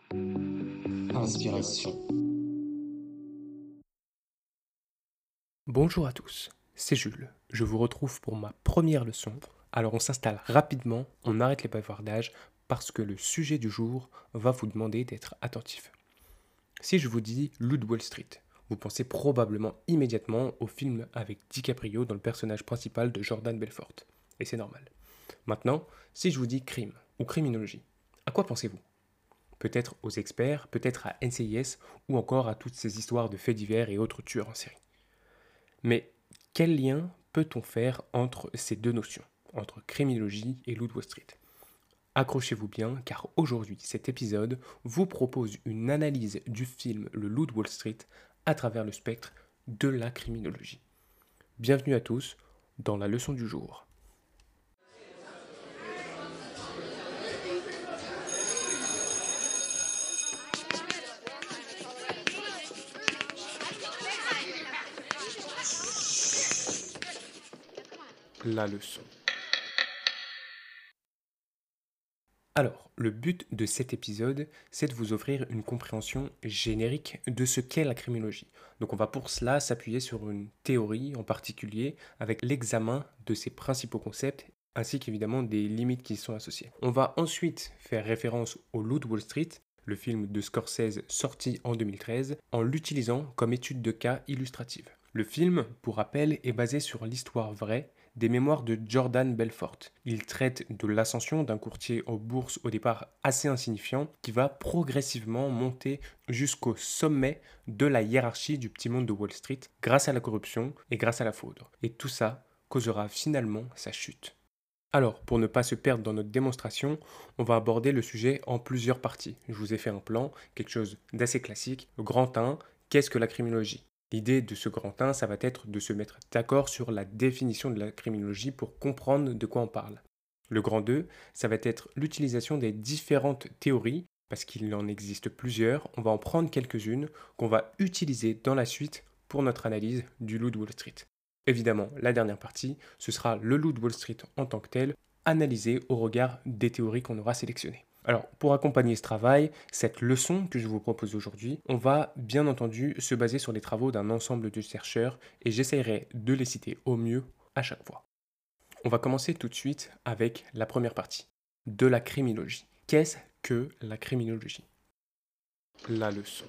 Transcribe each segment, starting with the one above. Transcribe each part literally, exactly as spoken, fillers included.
Inspiration. Bonjour à tous, c'est Jules. Je vous retrouve pour ma première leçon. Alors on s'installe rapidement, on arrête les bavardages parce que le sujet du jour va vous demander d'être attentif. Si je vous dis Loup de Wall Street, vous pensez probablement immédiatement au film avec DiCaprio dans le personnage principal de Jordan Belfort. Et c'est normal. Maintenant, si je vous dis crime ou criminologie, à quoi pensez-vous? Peut-être aux experts, peut-être à N C I S ou encore à toutes ces histoires de faits divers et autres tueurs en série. Mais quel lien peut-on faire entre ces deux notions, entre criminologie et Loup de Wall Street? Accrochez-vous bien, car aujourd'hui, cet épisode vous propose une analyse du film Le Loup de Wall Street à travers le spectre de la criminologie. Bienvenue à tous dans la leçon du jour. La leçon. Alors, le but de cet épisode, c'est de vous offrir une compréhension générique de ce qu'est la criminologie. Donc on va pour cela s'appuyer sur une théorie en particulier, avec l'examen de ses principaux concepts, ainsi qu'évidemment des limites qui y sont associées. On va ensuite faire référence au Loup de Wall Street, le film de Scorsese sorti en deux mille treize, en l'utilisant comme étude de cas illustrative. Le film, pour rappel, est basé sur l'histoire vraie des mémoires de Jordan Belfort. Il traite de l'ascension d'un courtier en bourse au départ assez insignifiant qui va progressivement monter jusqu'au sommet de la hiérarchie du petit monde de Wall Street grâce à la corruption et grâce à la foudre. Et tout ça causera finalement sa chute. Alors, pour ne pas se perdre dans notre démonstration, on va aborder le sujet en plusieurs parties. Je vous ai fait un plan, quelque chose d'assez classique. Le grand un, qu'est-ce que la criminologie? L'idée de ce grand un, ça va être de se mettre d'accord sur la définition de la criminologie pour comprendre de quoi on parle. Le grand deux, ça va être l'utilisation des différentes théories, parce qu'il en existe plusieurs. On va en prendre quelques-unes qu'on va utiliser dans la suite pour notre analyse du Loup de Wall Street. Évidemment, la dernière partie, ce sera le Loup de Wall Street en tant que tel, analysé au regard des théories qu'on aura sélectionnées. Alors, pour accompagner ce travail, cette leçon que je vous propose aujourd'hui, on va bien entendu se baser sur les travaux d'un ensemble de chercheurs et j'essaierai de les citer au mieux à chaque fois. On va commencer tout de suite avec la première partie, de la criminologie. Qu'est-ce que la criminologie? La leçon.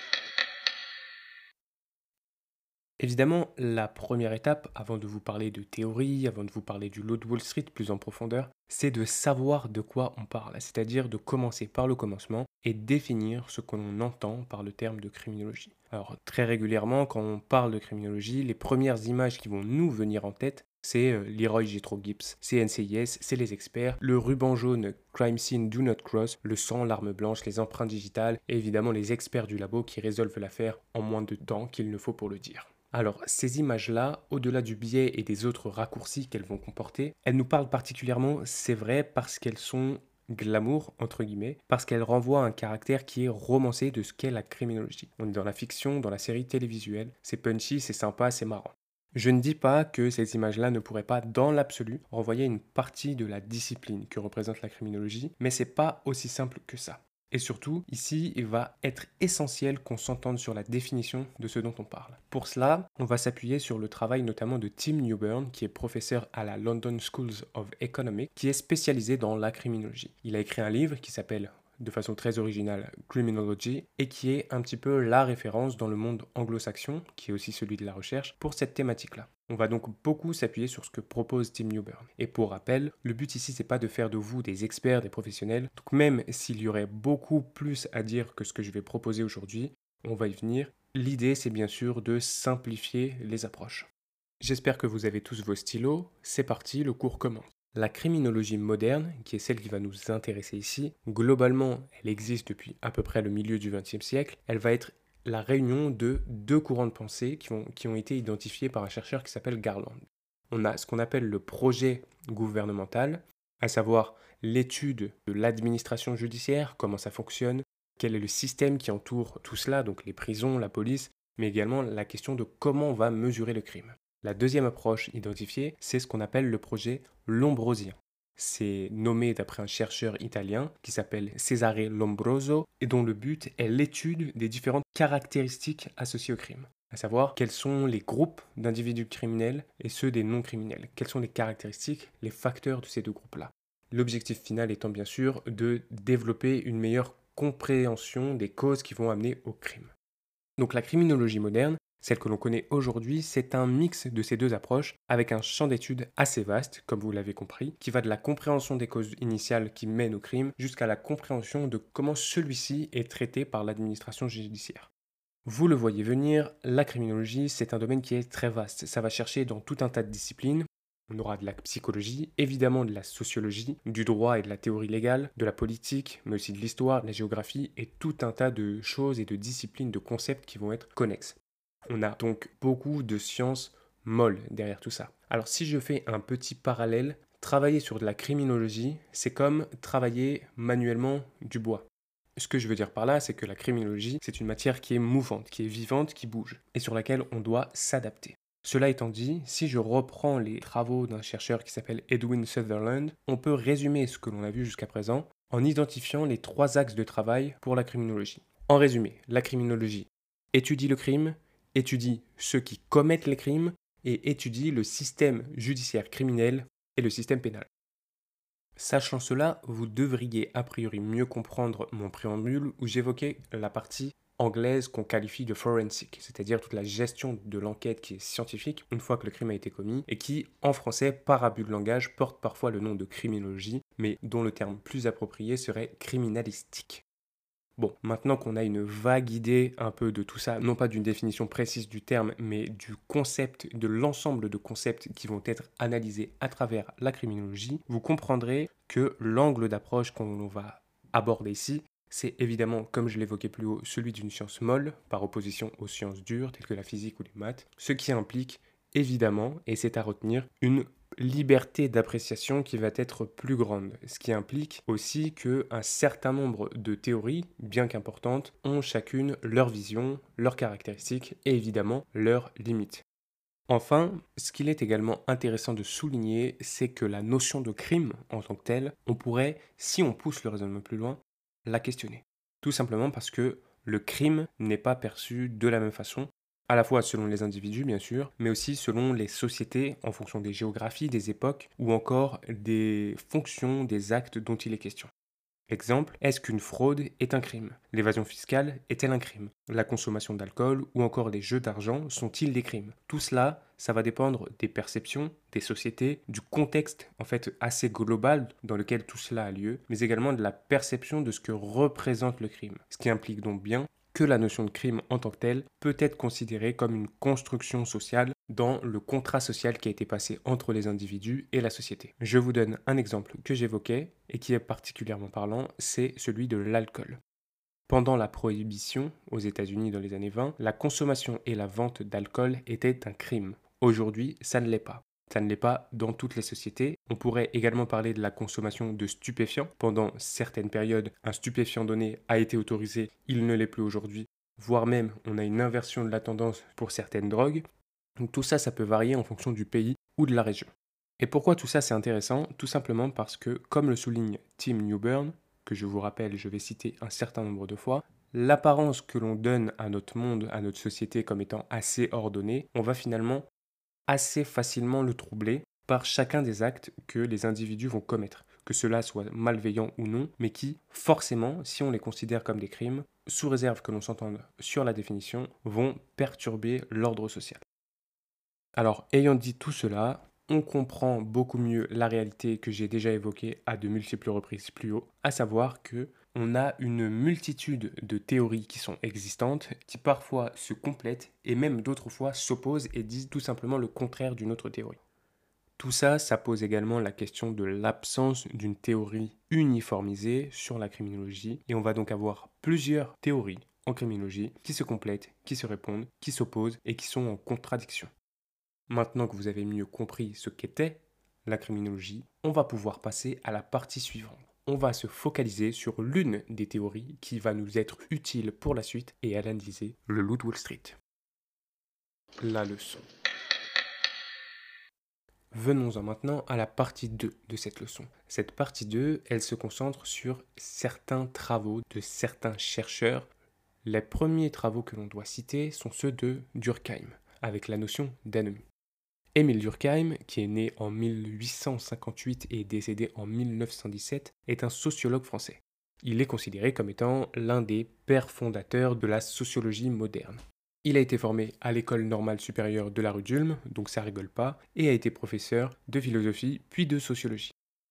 Évidemment, la première étape, avant de vous parler de théorie, avant de vous parler du Loup de Wall Street plus en profondeur, c'est de savoir de quoi on parle, c'est-à-dire de commencer par le commencement et définir ce que l'on entend par le terme de criminologie. Alors, très régulièrement, quand on parle de criminologie, les premières images qui vont nous venir en tête, c'est euh, Leroy Jetro Gibbs, c'est N C I S, c'est les experts, le ruban jaune Crime Scene Do Not Cross, le sang, l'arme blanche, les empreintes digitales et évidemment les experts du labo qui résolvent l'affaire en moins de temps qu'il ne faut pour le dire. Alors, ces images-là, au-delà du biais et des autres raccourcis qu'elles vont comporter, elles nous parlent particulièrement, c'est vrai, parce qu'elles sont glamour, entre guillemets, parce qu'elles renvoient à un caractère qui est romancé de ce qu'est la criminologie. On est dans la fiction, dans la série télévisuelle, c'est punchy, c'est sympa, c'est marrant. Je ne dis pas que ces images-là ne pourraient pas, dans l'absolu, renvoyer une partie de la discipline que représente la criminologie, mais c'est pas aussi simple que ça. Et surtout, ici, il va être essentiel qu'on s'entende sur la définition de ce dont on parle. Pour cela, on va s'appuyer sur le travail notamment de Tim Newburn, qui est professeur à la London Schools of Economics, qui est spécialisé dans la criminologie. Il a écrit un livre qui s'appelle de façon très originale Criminology et qui est un petit peu la référence dans le monde anglo-saxon, qui est aussi celui de la recherche, pour cette thématique-là. On va donc beaucoup s'appuyer sur ce que propose Tim Newburn. Et pour rappel, le but ici, c'est pas de faire de vous des experts, des professionnels. Donc même s'il y aurait beaucoup plus à dire que ce que je vais proposer aujourd'hui, on va y venir. L'idée, c'est bien sûr de simplifier les approches. J'espère que vous avez tous vos stylos. C'est parti, le cours commence. La criminologie moderne, qui est celle qui va nous intéresser ici, globalement, elle existe depuis à peu près le milieu du vingtième siècle. Elle va être la réunion de deux courants de pensée qui ont, qui ont été identifiés par un chercheur qui s'appelle Garland. On a ce qu'on appelle le projet gouvernemental, à savoir l'étude de l'administration judiciaire, comment ça fonctionne, quel est le système qui entoure tout cela, donc les prisons, la police, mais également la question de comment on va mesurer le crime. La deuxième approche identifiée, c'est ce qu'on appelle le projet lombrosien. C'est nommé d'après un chercheur italien qui s'appelle Cesare Lombroso et dont le but est l'étude des différentes caractéristiques associées au crime, à savoir quels sont les groupes d'individus criminels et ceux des non-criminels, quelles sont les caractéristiques, les facteurs de ces deux groupes-là. L'objectif final étant bien sûr de développer une meilleure compréhension des causes qui vont amener au crime. Donc la criminologie moderne, celle que l'on connaît aujourd'hui, c'est un mix de ces deux approches avec un champ d'études assez vaste, comme vous l'avez compris, qui va de la compréhension des causes initiales qui mènent au crime jusqu'à la compréhension de comment celui-ci est traité par l'administration judiciaire. Vous le voyez venir, la criminologie, c'est un domaine qui est très vaste. Ça va chercher dans tout un tas de disciplines. On aura de la psychologie, évidemment de la sociologie, du droit et de la théorie légale, de la politique, mais aussi de l'histoire, de la géographie et tout un tas de choses et de disciplines, de concepts qui vont être connexes. On a donc beaucoup de sciences molles derrière tout ça. Alors si je fais un petit parallèle, travailler sur de la criminologie, c'est comme travailler manuellement du bois. Ce que je veux dire par là, c'est que la criminologie, c'est une matière qui est mouvante, qui est vivante, qui bouge, et sur laquelle on doit s'adapter. Cela étant dit, si je reprends les travaux d'un chercheur qui s'appelle Edwin Sutherland, on peut résumer ce que l'on a vu jusqu'à présent en identifiant les trois axes de travail pour la criminologie. En résumé, la criminologie étudie le crime, étudie ceux qui commettent les crimes et étudie le système judiciaire criminel et le système pénal. Sachant cela, vous devriez a priori mieux comprendre mon préambule où j'évoquais la partie anglaise qu'on qualifie de forensic, c'est-à-dire toute la gestion de l'enquête qui est scientifique une fois que le crime a été commis et qui, en français, par abus de langage, porte parfois le nom de criminologie, mais dont le terme plus approprié serait criminalistique. Bon, maintenant qu'on a une vague idée un peu de tout ça, non pas d'une définition précise du terme, mais du concept, de l'ensemble de concepts qui vont être analysés à travers la criminologie, vous comprendrez que l'angle d'approche qu'on va aborder ici, c'est évidemment, comme je l'évoquais plus haut, celui d'une science molle, par opposition aux sciences dures, telles que la physique ou les maths, ce qui implique évidemment, et c'est à retenir, une liberté d'appréciation qui va être plus grande, ce qui implique aussi qu'un certain nombre de théories, bien qu'importantes, ont chacune leur vision, leurs caractéristiques et évidemment leurs limites. Enfin, ce qu'il est également intéressant de souligner, c'est que la notion de crime en tant que telle, on pourrait, si on pousse le raisonnement plus loin, la questionner. Tout simplement parce que le crime n'est pas perçu de la même façon, à la fois selon les individus bien sûr, mais aussi selon les sociétés en fonction des géographies, des époques ou encore des fonctions des actes dont il est question. Exemple, est-ce qu'une fraude est un crime? L'évasion fiscale est-elle un crime? La consommation d'alcool ou encore les jeux d'argent sont-ils des crimes? Tout cela, ça va dépendre des perceptions, des sociétés, du contexte en fait assez global dans lequel tout cela a lieu, mais également de la perception de ce que représente le crime. Ce qui implique donc bien que la notion de crime en tant que telle peut être considérée comme une construction sociale dans le contrat social qui a été passé entre les individus et la société. Je vous donne un exemple que j'évoquais et qui est particulièrement parlant, c'est celui de l'alcool. Pendant la prohibition aux États-Unis dans les années vingt, la consommation et la vente d'alcool étaient un crime. Aujourd'hui, ça ne l'est pas. Ça ne l'est pas dans toutes les sociétés. On pourrait également parler de la consommation de stupéfiants. Pendant certaines périodes, un stupéfiant donné a été autorisé, il ne l'est plus aujourd'hui. Voire même, on a une inversion de la tendance pour certaines drogues. Donc tout ça, ça peut varier en fonction du pays ou de la région. Et pourquoi tout ça c'est intéressant? Tout simplement parce que, comme le souligne Tim Newburn, que je vous rappelle, je vais citer un certain nombre de fois, l'apparence que l'on donne à notre monde, à notre société comme étant assez ordonnée, on va finalement assez facilement le troubler par chacun des actes que les individus vont commettre, que cela soit malveillant ou non, mais qui, forcément, si on les considère comme des crimes, sous réserve que l'on s'entende sur la définition, vont perturber l'ordre social. Alors, ayant dit tout cela, on comprend beaucoup mieux la réalité que j'ai déjà évoquée à de multiples reprises plus haut, à savoir que on a une multitude de théories qui sont existantes, qui parfois se complètent et même d'autres fois s'opposent et disent tout simplement le contraire d'une autre théorie. Tout ça, ça pose également la question de l'absence d'une théorie uniformisée sur la criminologie et on va donc avoir plusieurs théories en criminologie qui se complètent, qui se répondent, qui s'opposent et qui sont en contradiction. Maintenant que vous avez mieux compris ce qu'était la criminologie, on va pouvoir passer à la partie suivante. On va se focaliser sur l'une des théories qui va nous être utile pour la suite et analyser le loup de Wall Street. La leçon. Venons-en maintenant à la partie deux de cette leçon. Cette partie deux, elle se concentre sur certains travaux de certains chercheurs. Les premiers travaux que l'on doit citer sont ceux de Durkheim, avec la notion d'anomie. Émile Durkheim, qui est né en mille huit cent cinquante-huit et décédé en mille neuf cent dix-sept, est un sociologue français. Il est considéré comme étant l'un des pères fondateurs de la sociologie moderne. Il a été formé à l'école normale supérieure de la rue d'Ulm, donc ça rigole pas, et a été professeur de philosophie puis de sociologie.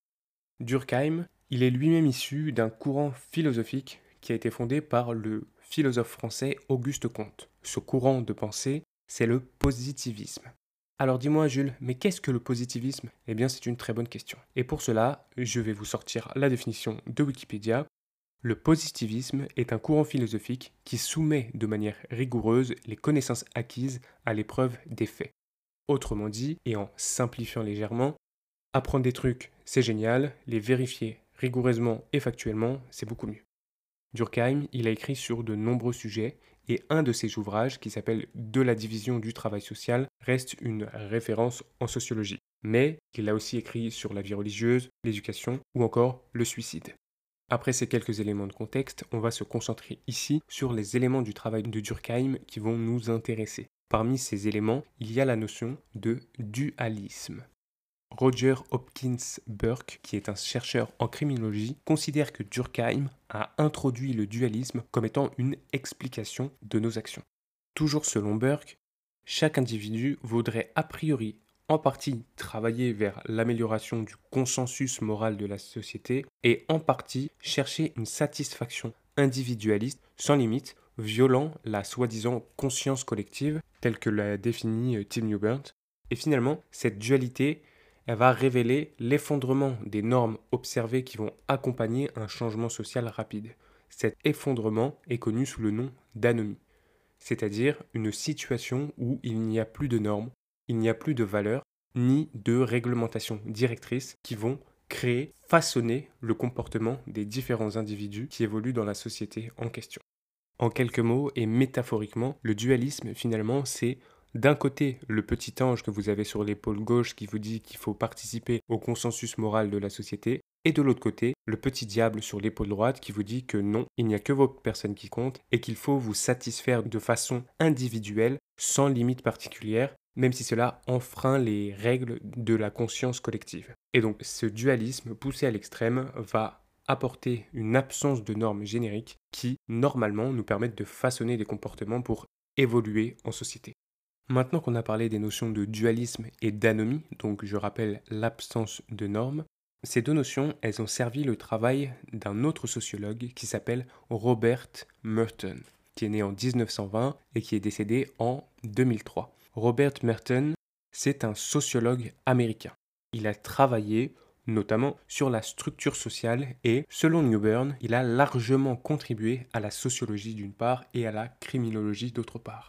Durkheim, il est lui-même issu d'un courant philosophique qui a été fondé par le philosophe français Auguste Comte. Ce courant de pensée, c'est le positivisme. Alors dis-moi Jules, mais qu'est-ce que le positivisme? Eh bien c'est une très bonne question. Et pour cela, je vais vous sortir la définition de Wikipédia. Le positivisme est un courant philosophique qui soumet de manière rigoureuse les connaissances acquises à l'épreuve des faits. Autrement dit, et en simplifiant légèrement, apprendre des trucs, c'est génial, les vérifier rigoureusement et factuellement, c'est beaucoup mieux. Durkheim, il a écrit sur de nombreux sujets, et un de ses ouvrages, qui s'appelle De la division du travail social, reste une référence en sociologie. Mais il a aussi écrit sur la vie religieuse, l'éducation ou encore le suicide. Après ces quelques éléments de contexte, on va se concentrer ici sur les éléments du travail de Durkheim qui vont nous intéresser. Parmi ces éléments, il y a la notion de dualisme. Roger Hopkins Burke, qui est un chercheur en criminologie, considère que Durkheim a introduit le dualisme comme étant une explication de nos actions. Toujours selon Burke, chaque individu voudrait a priori en partie travailler vers l'amélioration du consensus moral de la société et en partie chercher une satisfaction individualiste sans limite, violant la soi-disant conscience collective telle que l'a définie Tim Newbert. Et finalement, cette dualité, elle va révéler l'effondrement des normes observées qui vont accompagner un changement social rapide. Cet effondrement est connu sous le nom d'anomie, c'est-à-dire une situation où il n'y a plus de normes, il n'y a plus de valeurs, ni de réglementations directrices qui vont créer, façonner le comportement des différents individus qui évoluent dans la société en question. En quelques mots et métaphoriquement, le dualisme finalement c'est d'un côté le petit ange que vous avez sur l'épaule gauche qui vous dit qu'il faut participer au consensus moral de la société, et de l'autre côté le petit diable sur l'épaule droite qui vous dit que non, il n'y a que votre personne qui compte et qu'il faut vous satisfaire de façon individuelle, sans limite particulière, même si cela enfreint les règles de la conscience collective. Et donc ce dualisme poussé à l'extrême va apporter une absence de normes génériques qui, normalement, nous permettent de façonner des comportements pour évoluer en société. Maintenant qu'on a parlé des notions de dualisme et d'anomie, donc je rappelle l'absence de normes, ces deux notions, elles ont servi le travail d'un autre sociologue qui s'appelle Robert Merton, qui est né en dix-neuf cent vingt et qui est décédé en deux mille trois. Robert Merton, c'est un sociologue américain. Il a travaillé notamment sur la structure sociale et, selon Newbern, il a largement contribué à la sociologie d'une part et à la criminologie d'autre part.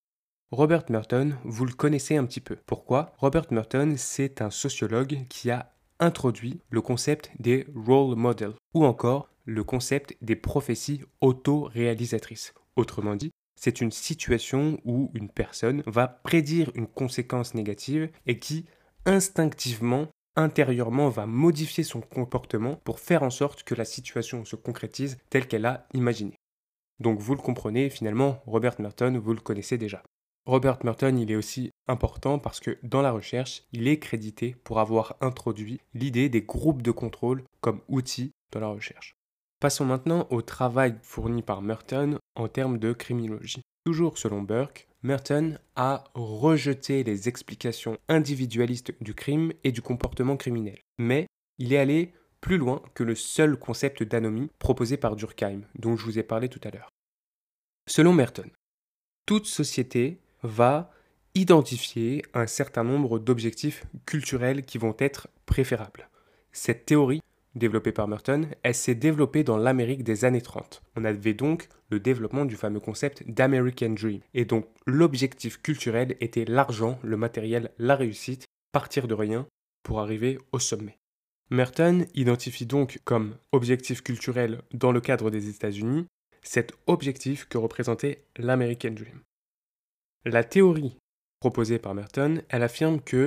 Robert Merton, vous le connaissez un petit peu. Pourquoi? Robert Merton, c'est un sociologue qui a introduit le concept des role models ou encore le concept des prophéties auto-réalisatrices. Autrement dit, c'est une situation où une personne va prédire une conséquence négative et qui, instinctivement, intérieurement, va modifier son comportement pour faire en sorte que la situation se concrétise telle qu'elle a imaginé. Donc vous le comprenez, finalement, Robert Merton, vous le connaissez déjà. Robert Merton, il est aussi important parce que dans la recherche, il est crédité pour avoir introduit l'idée des groupes de contrôle comme outil dans la recherche. Passons maintenant au travail fourni par Merton en termes de criminologie. Toujours selon Burke, Merton a rejeté les explications individualistes du crime et du comportement criminel. Mais il est allé plus loin que le seul concept d'anomie proposé par Durkheim, dont je vous ai parlé tout à l'heure. Selon Merton, toute société va identifier un certain nombre d'objectifs culturels qui vont être préférables. Cette théorie, développée par Merton, elle s'est développée dans l'Amérique des années trente. On avait donc le développement du fameux concept d'American Dream. Et donc l'objectif culturel était l'argent, le matériel, la réussite, partir de rien pour arriver au sommet. Merton identifie donc comme objectif culturel dans le cadre des États-Unis cet objectif que représentait l'American Dream. La théorie proposée par Merton, elle affirme que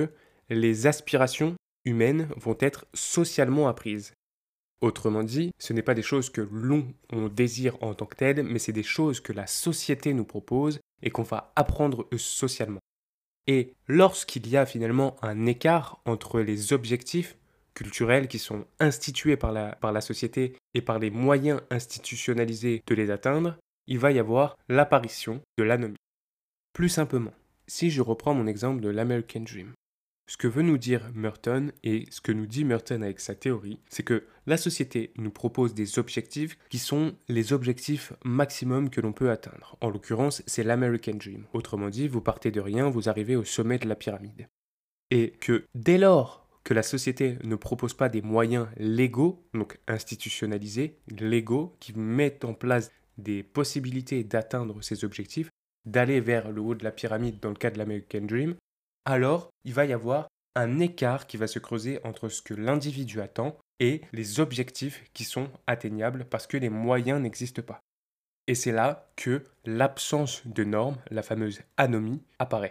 les aspirations humaines vont être socialement apprises. Autrement dit, ce n'est pas des choses que l'on on désire en tant que telles, mais c'est des choses que la société nous propose et qu'on va apprendre euh, socialement. Et lorsqu'il y a finalement un écart entre les objectifs culturels qui sont institués par la, par la société et par les moyens institutionnalisés de les atteindre, il va y avoir l'apparition de l'anomie. Plus simplement, si je reprends mon exemple de l'American Dream, ce que veut nous dire Merton et ce que nous dit Merton avec sa théorie, c'est que la société nous propose des objectifs qui sont les objectifs maximum que l'on peut atteindre. En l'occurrence, c'est l'American Dream. Autrement dit, vous partez de rien, vous arrivez au sommet de la pyramide. Et que dès lors que la société ne propose pas des moyens légaux, donc institutionnalisés, légaux, qui mettent en place des possibilités d'atteindre ces objectifs, d'aller vers le haut de la pyramide dans le cas de l'American Dream, alors il va y avoir un écart qui va se creuser entre ce que l'individu attend et les objectifs qui sont atteignables parce que les moyens n'existent pas. Et c'est là que l'absence de normes, la fameuse anomie, apparaît.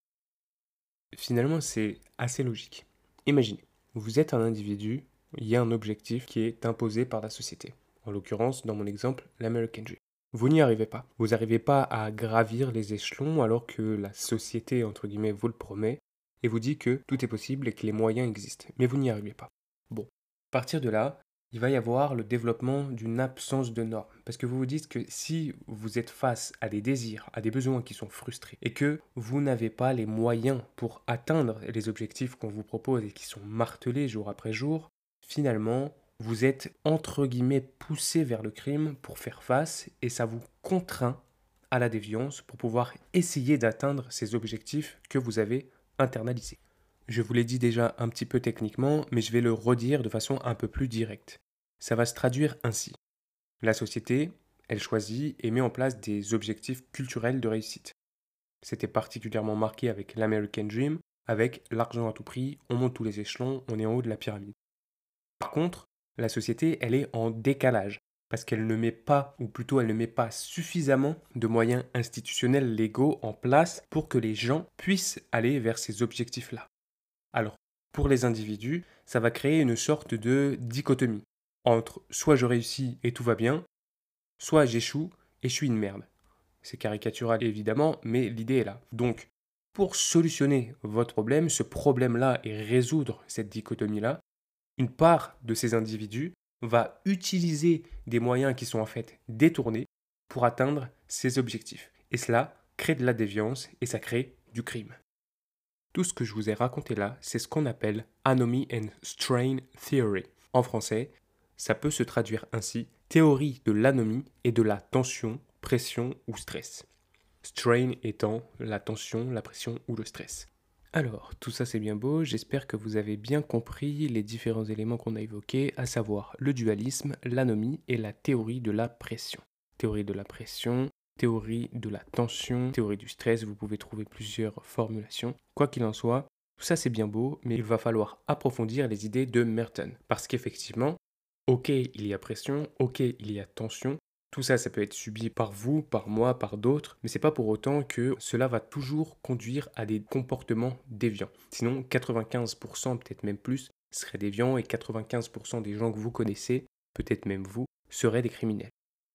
Finalement, c'est assez logique. Imaginez, vous êtes un individu, il y a un objectif qui est imposé par la société. En l'occurrence, dans mon exemple, l'American Dream. Vous n'y arrivez pas. Vous n'arrivez pas à gravir les échelons alors que la société, entre guillemets, vous le promet et vous dit que tout est possible et que les moyens existent. Mais vous n'y arrivez pas. Bon, à partir de là, il va y avoir le développement d'une absence de normes. Parce que vous vous dites que si vous êtes face à des désirs, à des besoins qui sont frustrés, et que vous n'avez pas les moyens pour atteindre les objectifs qu'on vous propose et qui sont martelés jour après jour, finalement, vous êtes entre guillemets poussé vers le crime pour faire face et ça vous contraint à la déviance pour pouvoir essayer d'atteindre ces objectifs que vous avez internalisés. Je vous l'ai dit déjà un petit peu techniquement, mais je vais le redire de façon un peu plus directe. Ça va se traduire ainsi. La société, elle choisit et met en place des objectifs culturels de réussite. C'était particulièrement marqué avec l'American Dream, avec l'argent à tout prix, on monte tous les échelons, on est en haut de la pyramide. Par contre, la société, elle est en décalage, parce qu'elle ne met pas, ou plutôt elle ne met pas suffisamment de moyens institutionnels légaux en place pour que les gens puissent aller vers ces objectifs-là. Alors, pour les individus, ça va créer une sorte de dichotomie entre soit je réussis et tout va bien, soit j'échoue et je suis une merde. C'est caricatural évidemment, mais l'idée est là. Donc, pour solutionner votre problème, ce problème-là et résoudre cette dichotomie-là, une part de ces individus va utiliser des moyens qui sont en fait détournés pour atteindre ses objectifs. Et cela crée de la déviance et ça crée du crime. Tout ce que je vous ai raconté là, c'est ce qu'on appelle Anomie and Strain Theory. En français, ça peut se traduire ainsi, théorie de l'anomie et de la tension, pression ou stress. Strain étant la tension, la pression ou le stress. Alors, tout ça c'est bien beau, j'espère que vous avez bien compris les différents éléments qu'on a évoqués, à savoir le dualisme, l'anomie et la théorie de la pression. Théorie de la pression, théorie de la tension, théorie du stress, vous pouvez trouver plusieurs formulations. Quoi qu'il en soit, tout ça c'est bien beau, mais il va falloir approfondir les idées de Merton. Parce qu'effectivement, ok, il y a pression, ok, il y a tension, tout ça, ça peut être subi par vous, par moi, par d'autres, mais c'est pas pour autant que cela va toujours conduire à des comportements déviants. Sinon, quatre-vingt-quinze pour cent, peut-être même plus, seraient déviants et quatre-vingt-quinze pour cent des gens que vous connaissez, peut-être même vous, seraient des criminels.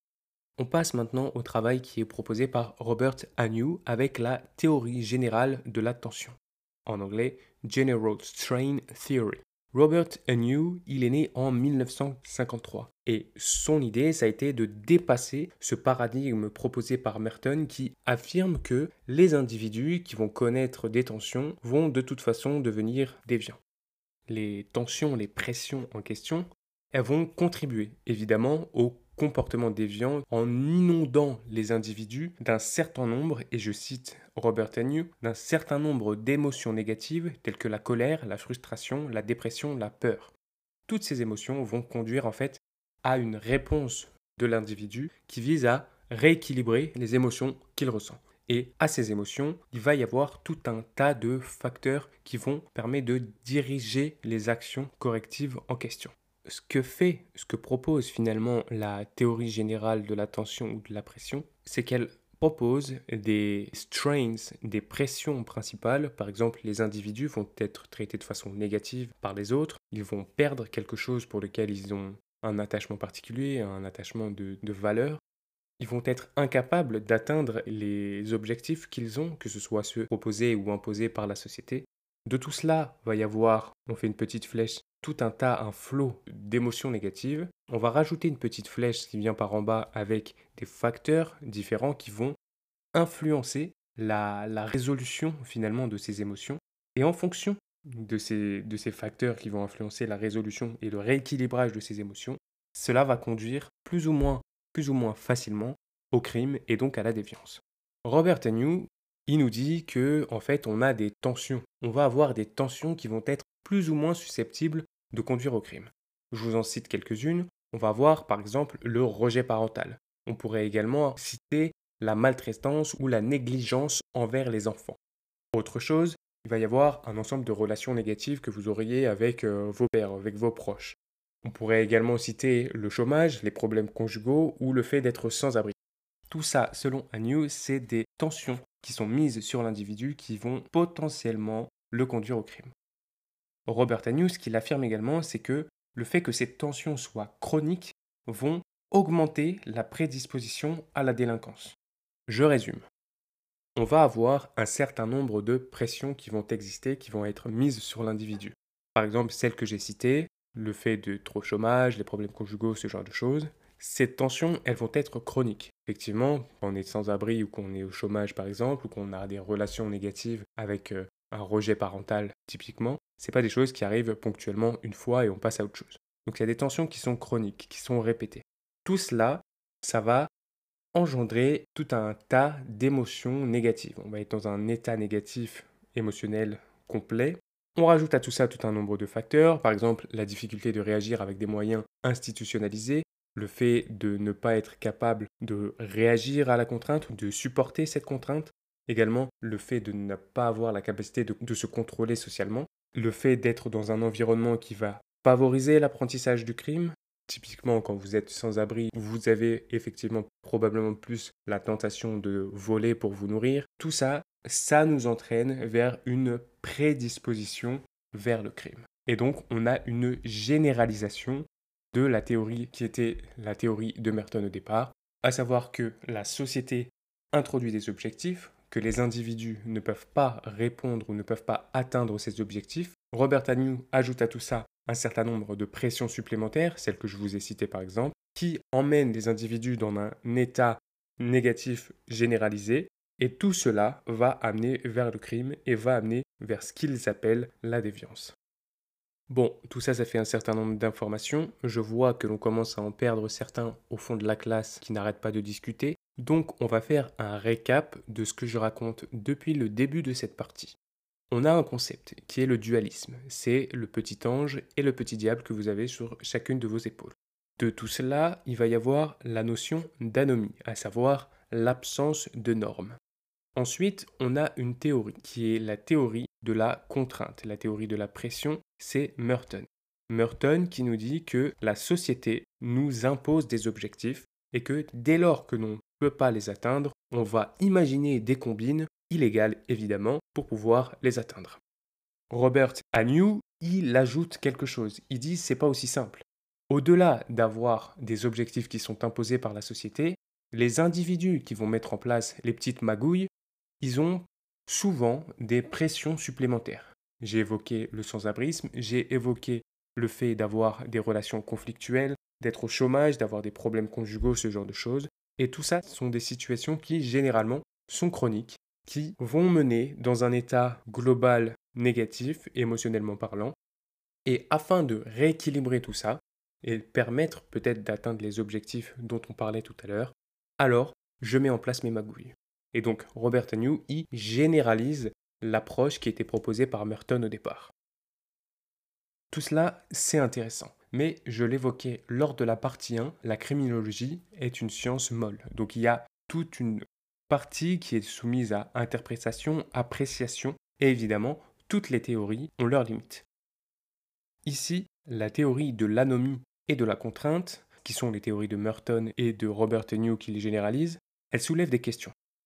On passe maintenant au travail qui est proposé par Robert Agnew avec la théorie générale de l'attention. En anglais, General Strain Theory. Robert Agnew, il est né en mille neuf cent cinquante-trois et son idée, ça a été de dépasser ce paradigme proposé par Merton qui affirme que les individus qui vont connaître des tensions vont de toute façon devenir déviants. Les tensions, les pressions en question, elles vont contribuer évidemment au comportement déviant en inondant les individus d'un certain nombre, et je cite Robert Agnew, d'un certain nombre d'émotions négatives telles que la colère, la frustration, la dépression, la peur. Toutes ces émotions vont conduire en fait à une réponse de l'individu qui vise à rééquilibrer les émotions qu'il ressent. Et à ces émotions, il va y avoir tout un tas de facteurs qui vont permettre de diriger les actions correctives en question. Ce que fait, ce que propose finalement la théorie générale de l'attention ou de la pression, c'est qu'elle propose des strains, des pressions principales. Par exemple, les individus vont être traités de façon négative par les autres. Ils vont perdre quelque chose pour lequel ils ont un attachement particulier, un attachement de, de valeur. Ils vont être incapables d'atteindre les objectifs qu'ils ont, que ce soit ceux proposés ou imposés par la société. De tout cela, va y avoir, on fait une petite flèche, tout un tas, un flot d'émotions négatives. On va rajouter une petite flèche qui vient par en bas avec des facteurs différents qui vont influencer la, la résolution finalement de ces émotions. Et en fonction de ces, de ces facteurs qui vont influencer la résolution et le rééquilibrage de ces émotions, cela va conduire plus ou moins, plus ou moins facilement au crime et donc à la déviance. Robert Agnew, il nous dit que en fait on a des tensions. On va avoir des tensions qui vont être plus ou moins susceptibles de conduire au crime. Je vous en cite quelques-unes. On va voir par exemple le rejet parental. On pourrait également citer la maltraitance ou la négligence envers les enfants. Autre chose, il va y avoir un ensemble de relations négatives que vous auriez avec euh, vos pères, avec vos proches. On pourrait également citer le chômage, les problèmes conjugaux ou le fait d'être sans abri. Tout ça, selon Agnew, c'est des tensions qui sont mises sur l'individu qui vont potentiellement le conduire au crime. Robert Agnew, ce qu'il affirme également, c'est que le fait que ces tensions soient chroniques vont augmenter la prédisposition à la délinquance. Je résume. On va avoir un certain nombre de pressions qui vont exister, qui vont être mises sur l'individu. Par exemple, celles que j'ai citées, le fait de trop chômage, les problèmes conjugaux, ce genre de choses. Ces tensions, elles vont être chroniques. Effectivement, quand on est sans-abri ou qu'on est au chômage par exemple, ou qu'on a des relations négatives avec euh, un rejet parental typiquement, c'est pas des choses qui arrivent ponctuellement une fois et on passe à autre chose. Donc il y a des tensions qui sont chroniques, qui sont répétées. Tout cela, ça va engendrer tout un tas d'émotions négatives. On va être dans un état négatif émotionnel complet. On rajoute à tout ça tout un nombre de facteurs, par exemple la difficulté de réagir avec des moyens institutionnalisés, le fait de ne pas être capable de réagir à la contrainte, de supporter cette contrainte, également le fait de ne pas avoir la capacité de, de se contrôler socialement, le fait d'être dans un environnement qui va favoriser l'apprentissage du crime. Typiquement, quand vous êtes sans abri, vous avez effectivement probablement plus la tentation de voler pour vous nourrir. Tout ça, ça nous entraîne vers une prédisposition vers le crime. Et donc, on a une généralisation de la théorie qui était la théorie de Merton au départ, à savoir que la société introduit des objectifs, que les individus ne peuvent pas répondre ou ne peuvent pas atteindre ces objectifs. Robert Agnew ajoute à tout ça un certain nombre de pressions supplémentaires, celles que je vous ai citées par exemple, qui emmènent les individus dans un état négatif généralisé, et tout cela va amener vers le crime et va amener vers ce qu'ils appellent la déviance. Bon, tout ça, ça fait un certain nombre d'informations. Je vois que l'on commence à en perdre certains au fond de la classe qui n'arrêtent pas de discuter. Donc, on va faire un récap de ce que je raconte depuis le début de cette partie. On a un concept qui est le dualisme. C'est le petit ange et le petit diable que vous avez sur chacune de vos épaules. De tout cela, il va y avoir la notion d'anomie, à savoir l'absence de normes. Ensuite, on a une théorie qui est la théorie de la contrainte. La théorie de la pression, c'est Merton. Merton qui nous dit que la société nous impose des objectifs et que dès lors que l'on ne peut pas les atteindre, on va imaginer des combines, illégales évidemment, pour pouvoir les atteindre. Robert Agnew, il ajoute quelque chose. Il dit c'est pas aussi simple. Au-delà d'avoir des objectifs qui sont imposés par la société, les individus qui vont mettre en place les petites magouilles, ils ont souvent des pressions supplémentaires. J'ai évoqué le sans-abrisme, j'ai évoqué le fait d'avoir des relations conflictuelles, d'être au chômage, d'avoir des problèmes conjugaux, ce genre de choses. Et tout ça sont des situations qui, généralement, sont chroniques, qui vont mener dans un état global négatif, émotionnellement parlant. Et afin de rééquilibrer tout ça, et permettre peut-être d'atteindre les objectifs dont on parlait tout à l'heure, alors je mets en place mes magouilles. Et donc Robert Agnew y généralise l'approche qui était proposée par Merton au départ. Tout cela, c'est intéressant. Mais je l'évoquais lors de la partie un, la criminologie est une science molle. Donc il y a toute une partie qui est soumise à interprétation, appréciation, et évidemment, toutes les théories ont leurs limites. Ici, la théorie de l'anomie et de la contrainte, qui sont les théories de Merton et de Robert Agnew qui les généralisent, elle soulève des questions.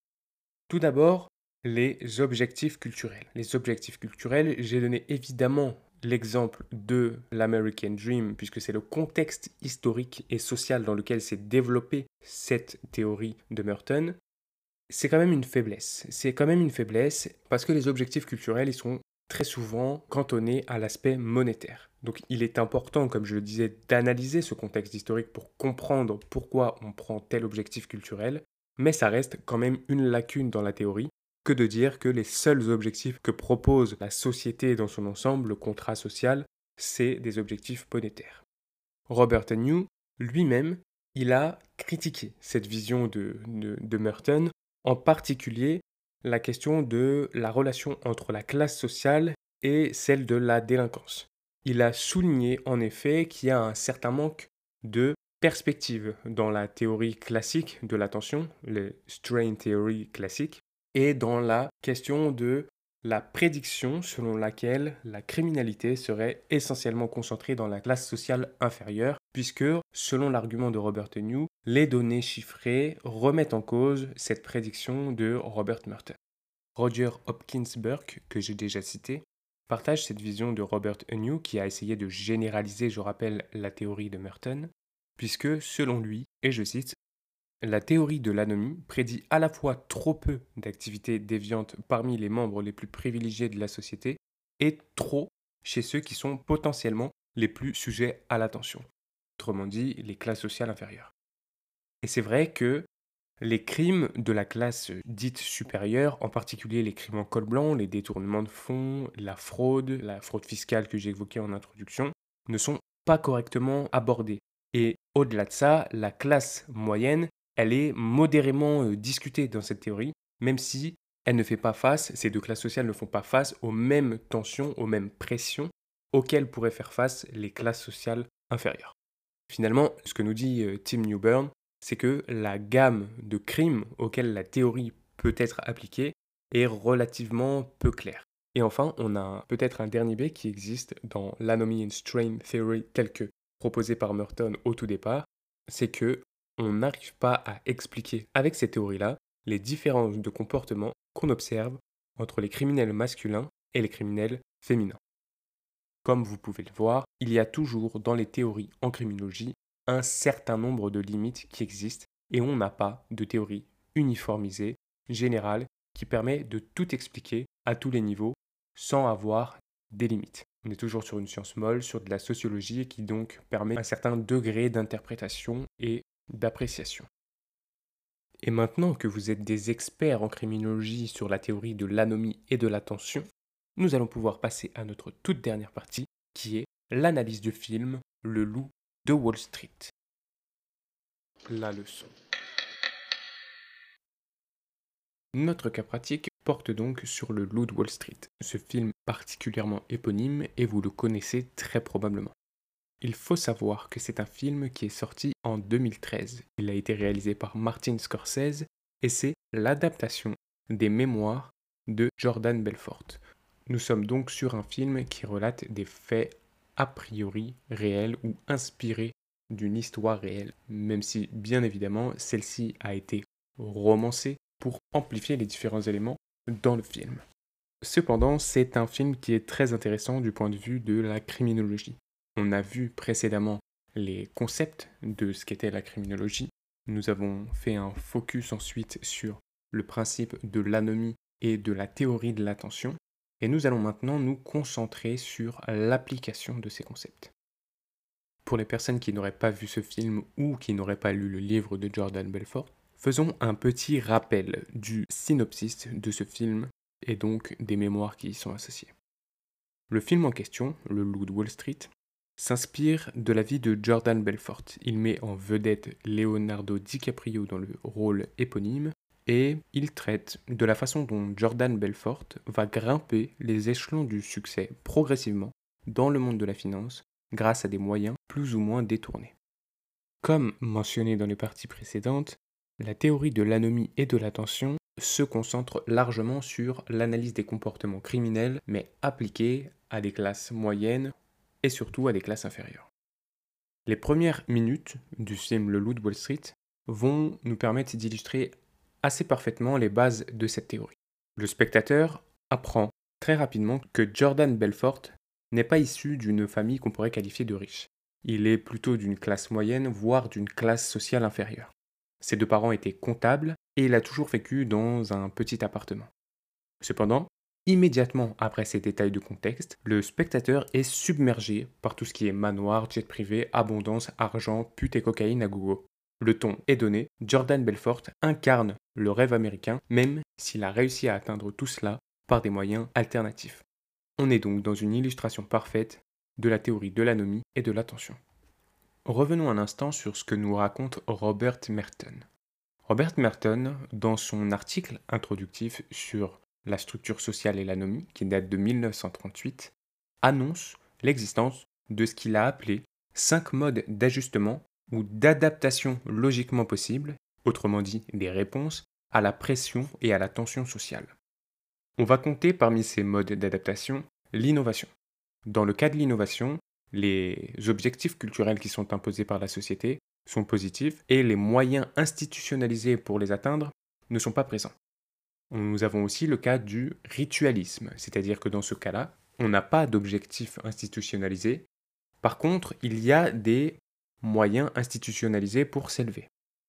Tout d'abord, les objectifs culturels. Les objectifs culturels, j'ai donné évidemment l'exemple de l'American Dream, puisque c'est le contexte historique et social dans lequel s'est développée cette théorie de Merton. C'est quand même une faiblesse. C'est quand même une faiblesse parce que les objectifs culturels, ils sont très souvent cantonnés à l'aspect monétaire. Donc il est important, comme je le disais, d'analyser ce contexte historique pour comprendre pourquoi on prend tel objectif culturel, mais ça reste quand même une lacune dans la théorie que de dire que les seuls objectifs que propose la société dans son ensemble, le contrat social, c'est des objectifs monétaires. Robert New, lui-même, il a critiqué cette vision de, de, de Merton, en particulier la question de la relation entre la classe sociale et celle de la délinquance. Il a souligné en effet qu'il y a un certain manque de perspective dans la théorie classique de l'attention, le strain theory classique, et dans la question de la prédiction selon laquelle la criminalité serait essentiellement concentrée dans la classe sociale inférieure, puisque, selon l'argument de Robert New, les données chiffrées remettent en cause cette prédiction de Robert Merton. Roger Hopkins Burke, que j'ai déjà cité, partage cette vision de Robert New qui a essayé de généraliser, je rappelle, la théorie de Merton, puisque, selon lui, et je cite, la théorie de l'anomie prédit à la fois trop peu d'activités déviantes parmi les membres les plus privilégiés de la société et trop chez ceux qui sont potentiellement les plus sujets à l'attention, autrement dit les classes sociales inférieures. Et c'est vrai que les crimes de la classe dite supérieure, en particulier les crimes en col blanc, les détournements de fonds, la fraude, la fraude fiscale que j'ai évoquée en introduction, ne sont pas correctement abordés. Et au-delà de ça, la classe moyenne, elle est modérément euh, discutée dans cette théorie, même si elle ne fait pas face, ces deux classes sociales ne font pas face aux mêmes tensions, aux mêmes pressions auxquelles pourraient faire face les classes sociales inférieures. Finalement, ce que nous dit euh, Tim Newburn, c'est que la gamme de crimes auxquels la théorie peut être appliquée est relativement peu claire. Et enfin, on a peut-être un dernier biais qui existe dans l'anomie and strain theory tel que proposé par Merton au tout départ, c'est que on n'arrive pas à expliquer avec ces théories-là les différences de comportement qu'on observe entre les criminels masculins et les criminels féminins. Comme vous pouvez le voir, il y a toujours dans les théories en criminologie un certain nombre de limites qui existent et on n'a pas de théorie uniformisée, générale, qui permet de tout expliquer à tous les niveaux sans avoir des limites. On est toujours sur une science molle, sur de la sociologie qui donc permet un certain degré d'interprétation et d'appréciation. Et maintenant que vous êtes des experts en criminologie sur la théorie de l'anomie et de l'attention, nous allons pouvoir passer à notre toute dernière partie, qui est l'analyse du film Le Loup de Wall Street. La leçon. Notre cas pratique porte donc sur Le Loup de Wall Street, ce film particulièrement éponyme et vous le connaissez très probablement. Il faut savoir que c'est un film qui est sorti en deux mille treize. Il a été réalisé par Martin Scorsese et c'est l'adaptation des mémoires de Jordan Belfort. Nous sommes donc sur un film qui relate des faits a priori réels ou inspirés d'une histoire réelle, même si bien évidemment celle-ci a été romancée pour amplifier les différents éléments dans le film. Cependant, c'est un film qui est très intéressant du point de vue de la criminologie. On a vu précédemment les concepts de ce qu'était la criminologie. Nous avons fait un focus ensuite sur le principe de l'anomie et de la théorie de l'attention. Et nous allons maintenant nous concentrer sur l'application de ces concepts. Pour les personnes qui n'auraient pas vu ce film ou qui n'auraient pas lu le livre de Jordan Belfort, faisons un petit rappel du synopsis de ce film et donc des mémoires qui y sont associées. Le film en question, Le Loup de Wall Street, s'inspire de la vie de Jordan Belfort. Il met en vedette Leonardo DiCaprio dans le rôle éponyme et il traite de la façon dont Jordan Belfort va grimper les échelons du succès progressivement dans le monde de la finance grâce à des moyens plus ou moins détournés. Comme mentionné dans les parties précédentes, la théorie de l'anomie et de l'attention se concentre largement sur l'analyse des comportements criminels, mais appliquée à des classes moyennes et surtout à des classes inférieures. Les premières minutes du film Le Loup de Wall Street vont nous permettre d'illustrer assez parfaitement les bases de cette théorie. Le spectateur apprend très rapidement que Jordan Belfort n'est pas issu d'une famille qu'on pourrait qualifier de riche. Il est plutôt d'une classe moyenne, voire d'une classe sociale inférieure. Ses deux parents étaient comptables et il a toujours vécu dans un petit appartement. Cependant, immédiatement après ces détails de contexte, le spectateur est submergé par tout ce qui est manoir, jet privé, abondance, argent, pute et cocaïne à gogo. Le ton est donné, Jordan Belfort incarne le rêve américain, même s'il a réussi à atteindre tout cela par des moyens alternatifs. On est donc dans une illustration parfaite de la théorie de l'anomie et de l'attention. Revenons un instant sur ce que nous raconte Robert Merton. Robert Merton, dans son article introductif sur la structure sociale et l'anomie, qui date de mille neuf cent trente-huit, annonce l'existence de ce qu'il a appelé cinq modes d'ajustement ou d'adaptation logiquement possibles, autrement dit des réponses à la pression et à la tension sociale. On va compter parmi ces modes d'adaptation l'innovation. Dans le cas de l'innovation, les objectifs culturels qui sont imposés par la société sont positifs et les moyens institutionnalisés pour les atteindre ne sont pas présents. Nous avons aussi le cas du ritualisme, c'est-à-dire que dans ce cas-là, on n'a pas d'objectif institutionnalisé. Par contre, il y a des moyens institutionnalisés pour s'élever.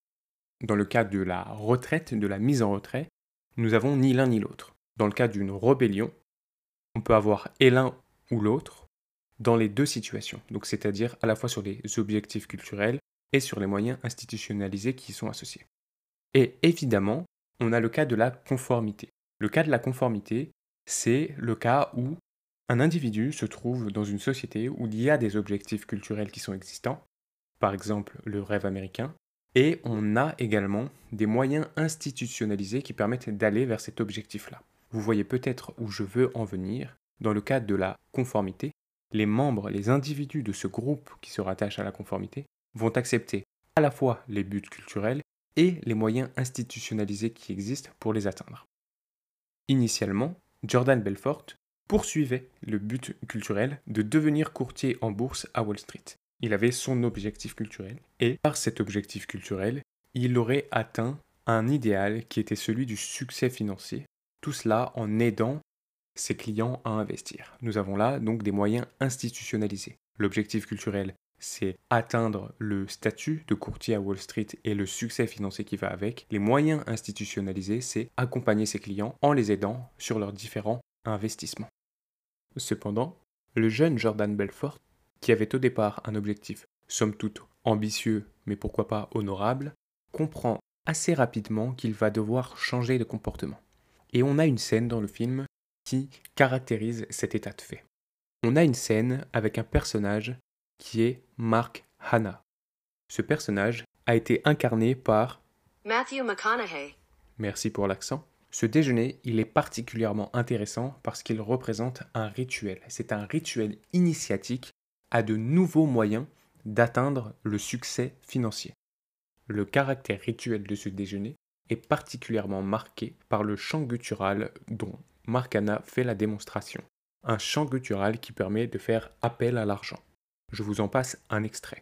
Dans le cas de la retraite, de la mise en retrait, nous avons ni l'un ni l'autre. Dans le cas d'une rébellion, on peut avoir et l'un ou l'autre dans les deux situations, donc c'est-à-dire à la fois sur les objectifs culturels et sur les moyens institutionnalisés qui y sont associés. Et évidemment, on a le cas de la conformité. Le cas de la conformité, c'est le cas où un individu se trouve dans une société où il y a des objectifs culturels qui sont existants, par exemple le rêve américain, et on a également des moyens institutionnalisés qui permettent d'aller vers cet objectif-là. Vous voyez peut-être où je veux en venir. Dans le cadre de la conformité, les membres, les individus de ce groupe qui se rattachent à la conformité vont accepter à la fois les buts culturels et les moyens institutionnalisés qui existent pour les atteindre. Initialement, Jordan Belfort poursuivait le but culturel de devenir courtier en bourse à Wall Street. Il avait son objectif culturel et par cet objectif culturel, il aurait atteint un idéal qui était celui du succès financier, tout cela en aidant ses clients à investir. Nous avons là donc des moyens institutionnalisés. L'objectif culturel, c'est atteindre le statut de courtier à Wall Street et le succès financier qui va avec. Les moyens institutionnalisés, c'est accompagner ses clients en les aidant sur leurs différents investissements. Cependant, le jeune Jordan Belfort, qui avait au départ un objectif somme toute ambitieux, mais pourquoi pas honorable, comprend assez rapidement qu'il va devoir changer de comportement. Et on a une scène dans le film qui caractérise cet état de fait. On a une scène avec un personnage qui est Mark Hanna. Ce personnage a été incarné par Matthew McConaughey. Merci pour l'accent. Ce déjeuner, il est particulièrement intéressant parce qu'il représente un rituel. C'est un rituel initiatique à de nouveaux moyens d'atteindre le succès financier. Le caractère rituel de ce déjeuner est particulièrement marqué par le chant guttural dont Mark Hanna fait la démonstration. Un chant guttural qui permet de faire appel à l'argent. Je vous en passe un extrait.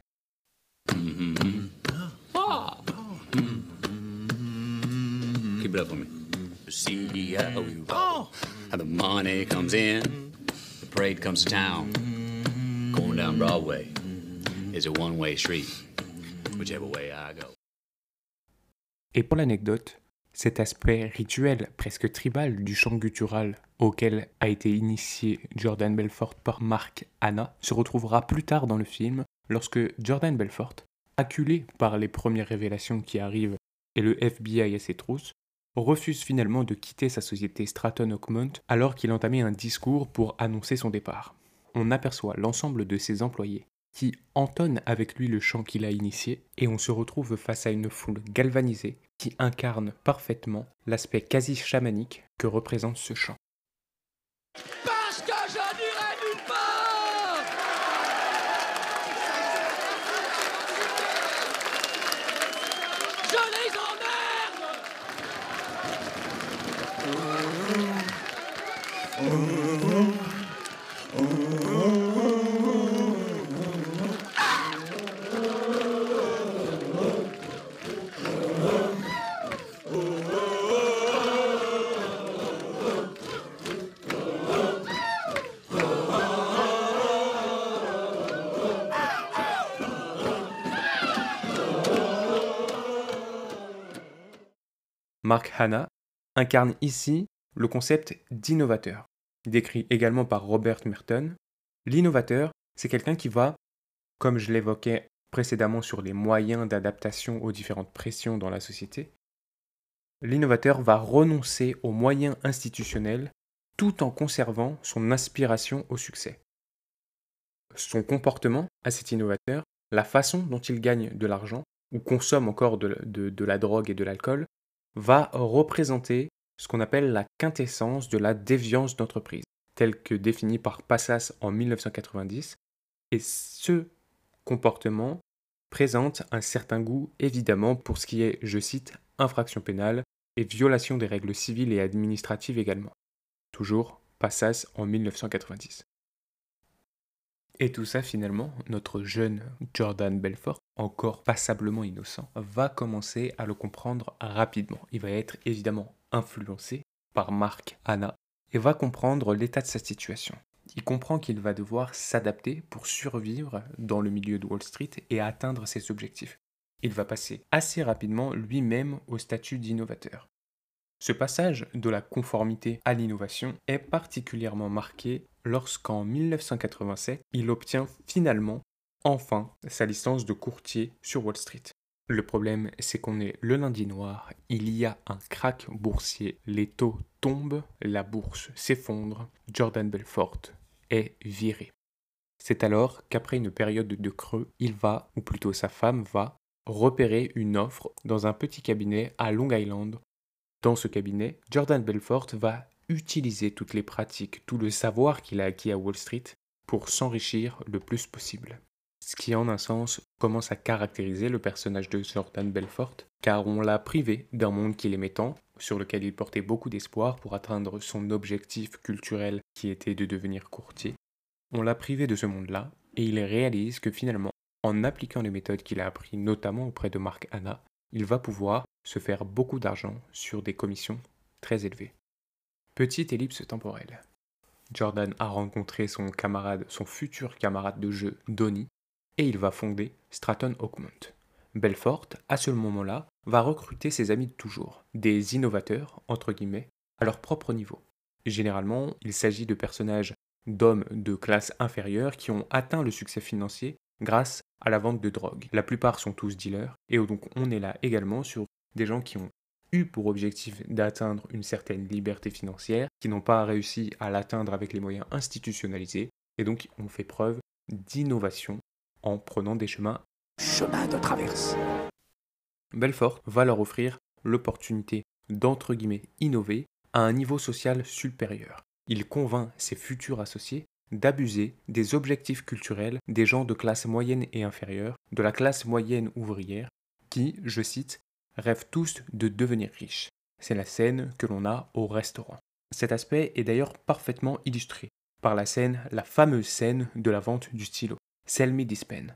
Keep it up for me. C E O U. How the money comes in, the parade comes to town. Going down Broadway is a one-way street, whichever way I go. Et pour l'anecdote, cet aspect rituel, presque tribal du chant guttural auquel a été initié Jordan Belfort par Mark Hanna se retrouvera plus tard dans le film lorsque Jordan Belfort, acculé par les premières révélations qui arrivent et le F B I et ses trousses, refuse finalement de quitter sa société Stratton Oakmont alors qu'il entamait un discours pour annoncer son départ. On aperçoit l'ensemble de ses employés qui entonnent avec lui le chant qu'il a initié et on se retrouve face à une foule galvanisée qui incarne parfaitement l'aspect quasi chamanique que représente ce chant. Parce que je n'irai nulle part. Je les emmerde. Mark Hanna, incarne ici le concept d'innovateur, décrit également par Robert Merton. L'innovateur, c'est quelqu'un qui va, comme je l'évoquais précédemment sur les moyens d'adaptation aux différentes pressions dans la société, l'innovateur va renoncer aux moyens institutionnels tout en conservant son aspiration au succès. Son comportement à cet innovateur, la façon dont il gagne de l'argent ou consomme encore de, de, de la drogue et de l'alcool, va représenter ce qu'on appelle la quintessence de la déviance d'entreprise, telle que définie par Passas en mille neuf cent quatre-vingt-dix. Et ce comportement présente un certain goût, évidemment, pour ce qui est, je cite, infraction pénale et violation des règles civiles et administratives également. Toujours Passas en mille neuf cent quatre-vingt-dix. Et tout ça, finalement, notre jeune Jordan Belfort, encore passablement innocent, va commencer à le comprendre rapidement. Il va être évidemment influencé par Mark Hanna et va comprendre l'état de sa situation. Il comprend qu'il va devoir s'adapter pour survivre dans le milieu de Wall Street et atteindre ses objectifs. Il va passer assez rapidement lui-même au statut d'innovateur. Ce passage de la conformité à l'innovation est particulièrement marqué lorsqu'en mille neuf cent quatre-vingt-sept, il obtient finalement, enfin, sa licence de courtier sur Wall Street. Le problème, c'est qu'on est le lundi noir, il y a un krach boursier, les taux tombent, la bourse s'effondre, Jordan Belfort est viré. C'est alors qu'après une période de creux, il va, ou plutôt sa femme va, repérer une offre dans un petit cabinet à Long Island. Dans ce cabinet, Jordan Belfort va utiliser toutes les pratiques, tout le savoir qu'il a acquis à Wall Street pour s'enrichir le plus possible. Ce qui, en un sens, commence à caractériser le personnage de Jordan Belfort, car on l'a privé d'un monde qu'il aimait tant, sur lequel il portait beaucoup d'espoir pour atteindre son objectif culturel qui était de devenir courtier. On l'a privé de ce monde-là, et il réalise que finalement, en appliquant les méthodes qu'il a apprises, notamment auprès de Mark Hanna, il va pouvoir se faire beaucoup d'argent sur des commissions très élevées. Petite ellipse temporelle. Jordan a rencontré son camarade, son futur camarade de jeu, Donnie, et il va fonder Stratton Oakmont. Belfort, à ce moment-là, va recruter ses amis de toujours, des innovateurs, entre guillemets, à leur propre niveau. Généralement, il s'agit de personnages d'hommes de classe inférieure qui ont atteint le succès financier grâce à la vente de drogue. La plupart sont tous dealers, et donc on est là également sur des gens qui ont eu pour objectif d'atteindre une certaine liberté financière, qui n'ont pas réussi à l'atteindre avec les moyens institutionnalisés, et donc ont fait preuve d'innovation en prenant des chemins chemin de traverse. Belfort va leur offrir l'opportunité d'entre guillemets innover à un niveau social supérieur. Il convainc ses futurs associés d'abuser des objectifs culturels des gens de classe moyenne et inférieure, de la classe moyenne ouvrière, qui, je cite, rêvent tous de devenir riches. C'est la scène que l'on a au restaurant. Cet aspect est d'ailleurs parfaitement illustré par la scène, la fameuse scène de la vente du stylo. Sell me this pen.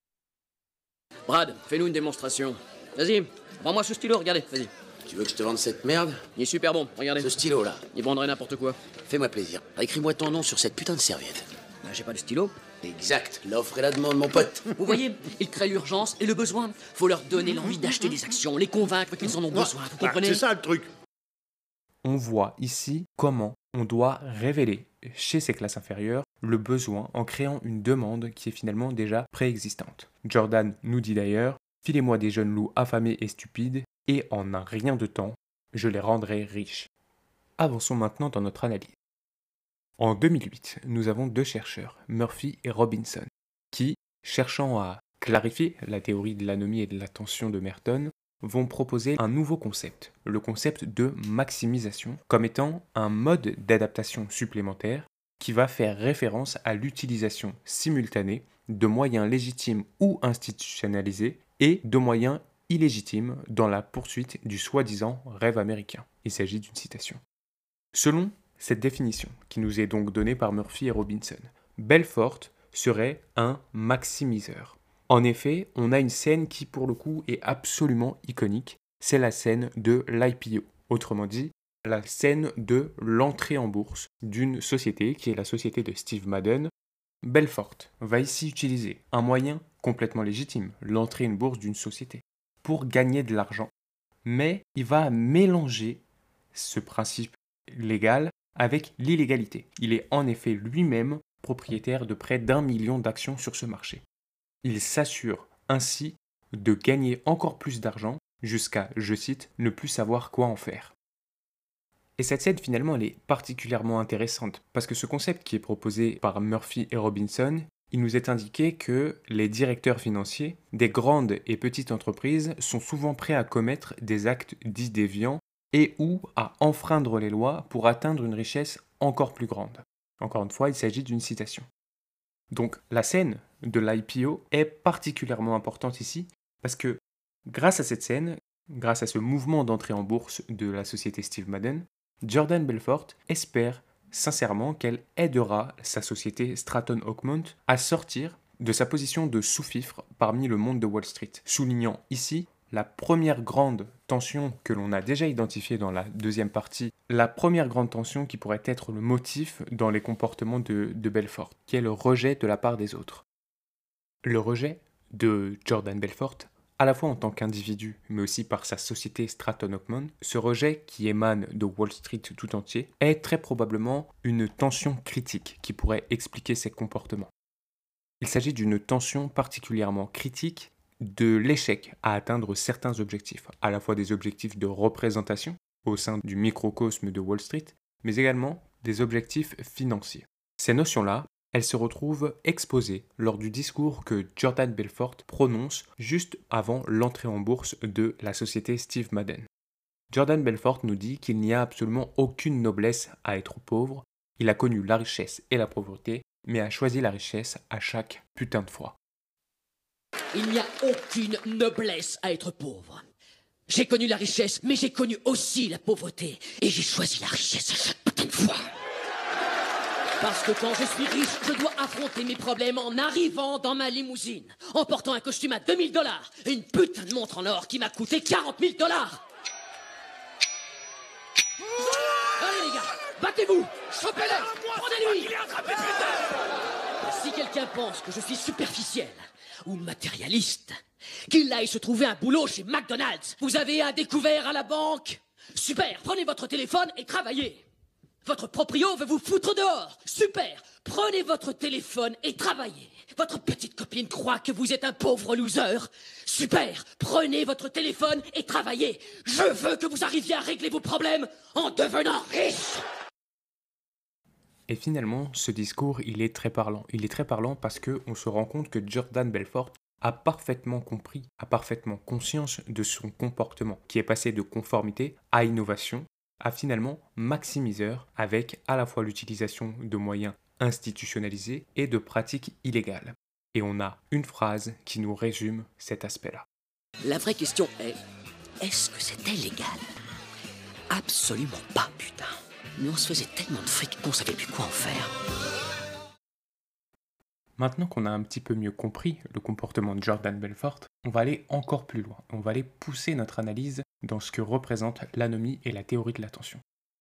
Brad, fais-nous une démonstration. Vas-y, vends-moi ce stylo, regardez, vas-y. Tu veux que je te vende cette merde? Il est super bon, regardez. Ce stylo-là. Il vendrait n'importe quoi. Fais-moi plaisir. Écris-moi ton nom sur cette putain de serviette. Ben, j'ai pas de stylo. Exact, l'offre et la demande, mon pote. Vous voyez, ils créent l'urgence et le besoin. Faut leur donner l'envie d'acheter des actions, les convaincre qu'ils en ont besoin, vous comprenez? C'est ça le truc. On voit ici comment on doit révéler chez ces classes inférieures le besoin en créant une demande qui est finalement déjà préexistante. Jordan nous dit d'ailleurs « Filez-moi des jeunes loups affamés et stupides et en un rien de temps, je les rendrai riches. » Avançons maintenant dans notre analyse. En deux mille huit, nous avons deux chercheurs, Murphy et Robinson, qui, cherchant à clarifier la théorie de l'anomie et de l'attention de Merton, vont proposer un nouveau concept, le concept de maximisation, comme étant un mode d'adaptation supplémentaire qui va faire référence à l'utilisation simultanée de moyens légitimes ou institutionnalisés et de moyens illégitimes dans la poursuite du soi-disant rêve américain. Il s'agit d'une citation. Selon cette définition, qui nous est donc donnée par Murphy et Robinson, Belfort serait un maximiseur. En effet, on a une scène qui, pour le coup, est absolument iconique. C'est la scène de l'I P O. Autrement dit, la scène de l'entrée en bourse d'une société, qui est la société de Steve Madden. Belfort va ici utiliser un moyen complètement légitime, l'entrée en bourse d'une société, pour gagner de l'argent, mais il va mélanger ce principe légal avec l'illégalité. Il est en effet lui-même propriétaire de près d'un million d'actions sur ce marché. Il s'assure ainsi de gagner encore plus d'argent jusqu'à, je cite, ne plus savoir quoi en faire. Et cette scène finalement elle est particulièrement intéressante parce que ce concept qui est proposé par Murphy et Robinson, il nous est indiqué que les directeurs financiers des grandes et petites entreprises sont souvent prêts à commettre des actes dits déviants et ou à enfreindre les lois pour atteindre une richesse encore plus grande. Encore une fois, il s'agit d'une citation. Donc la scène de l'I P O est particulièrement importante ici parce que grâce à cette scène, grâce à ce mouvement d'entrée en bourse de la société Steve Madden, Jordan Belfort espère sincèrement qu'elle aidera sa société Stratton Oakmont à sortir de sa position de sous-fifre parmi le monde de Wall Street, soulignant ici la première grande tension que l'on a déjà identifiée dans la deuxième partie, la première grande tension qui pourrait être le motif dans les comportements de, de Belfort, qui est le rejet de la part des autres. Le rejet de Jordan Belfort, à la fois en tant qu'individu, mais aussi par sa société Stratton Oakmont, ce rejet qui émane de Wall Street tout entier est très probablement une tension critique qui pourrait expliquer ses comportements. Il s'agit d'une tension particulièrement critique de l'échec à atteindre certains objectifs, à la fois des objectifs de représentation au sein du microcosme de Wall Street, mais également des objectifs financiers. Ces notions-là, elles se retrouvent exposées lors du discours que Jordan Belfort prononce juste avant l'entrée en bourse de la société Steve Madden. Jordan Belfort nous dit qu'il n'y a absolument aucune noblesse à être pauvre, il a connu la richesse et la pauvreté, mais a choisi la richesse à chaque putain de fois. Il n'y a aucune noblesse à être pauvre. J'ai connu la richesse, mais j'ai connu aussi la pauvreté. Et j'ai choisi la richesse à chaque putain de fois. Parce que quand je suis riche, je dois affronter mes problèmes en arrivant dans ma limousine, en portant un costume à deux mille dollars et une putain de montre en or qui m'a coûté quarante mille dollars. Allez les gars, battez-vous, chopez-le, prenez-lui. Si quelqu'un pense que je suis superficiel ou matérialiste, qu'il aille se trouver un boulot chez McDonald's. Vous avez un découvert à la banque? Super, prenez votre téléphone et travaillez. Votre proprio veut vous foutre dehors. Super, prenez votre téléphone et travaillez. Votre petite copine croit que vous êtes un pauvre loser. Super, prenez votre téléphone et travaillez. Je veux que vous arriviez à régler vos problèmes en devenant riche. Et finalement, ce discours, il est très parlant. Il est très parlant parce qu'on se rend compte que Jordan Belfort a parfaitement compris, a parfaitement conscience de son comportement, qui est passé de conformité à innovation, à finalement maximiseur, avec à la fois l'utilisation de moyens institutionnalisés et de pratiques illégales. Et on a une phrase qui nous résume cet aspect-là. La vraie question est, est-ce que c'était légal? Absolument pas, putain. Mais on se faisait tellement de fric qu'on savait plus quoi en faire. Maintenant qu'on a un petit peu mieux compris le comportement de Jordan Belfort, on va aller encore plus loin. On va aller pousser notre analyse dans ce que représente l'anomie et la théorie de l'attention.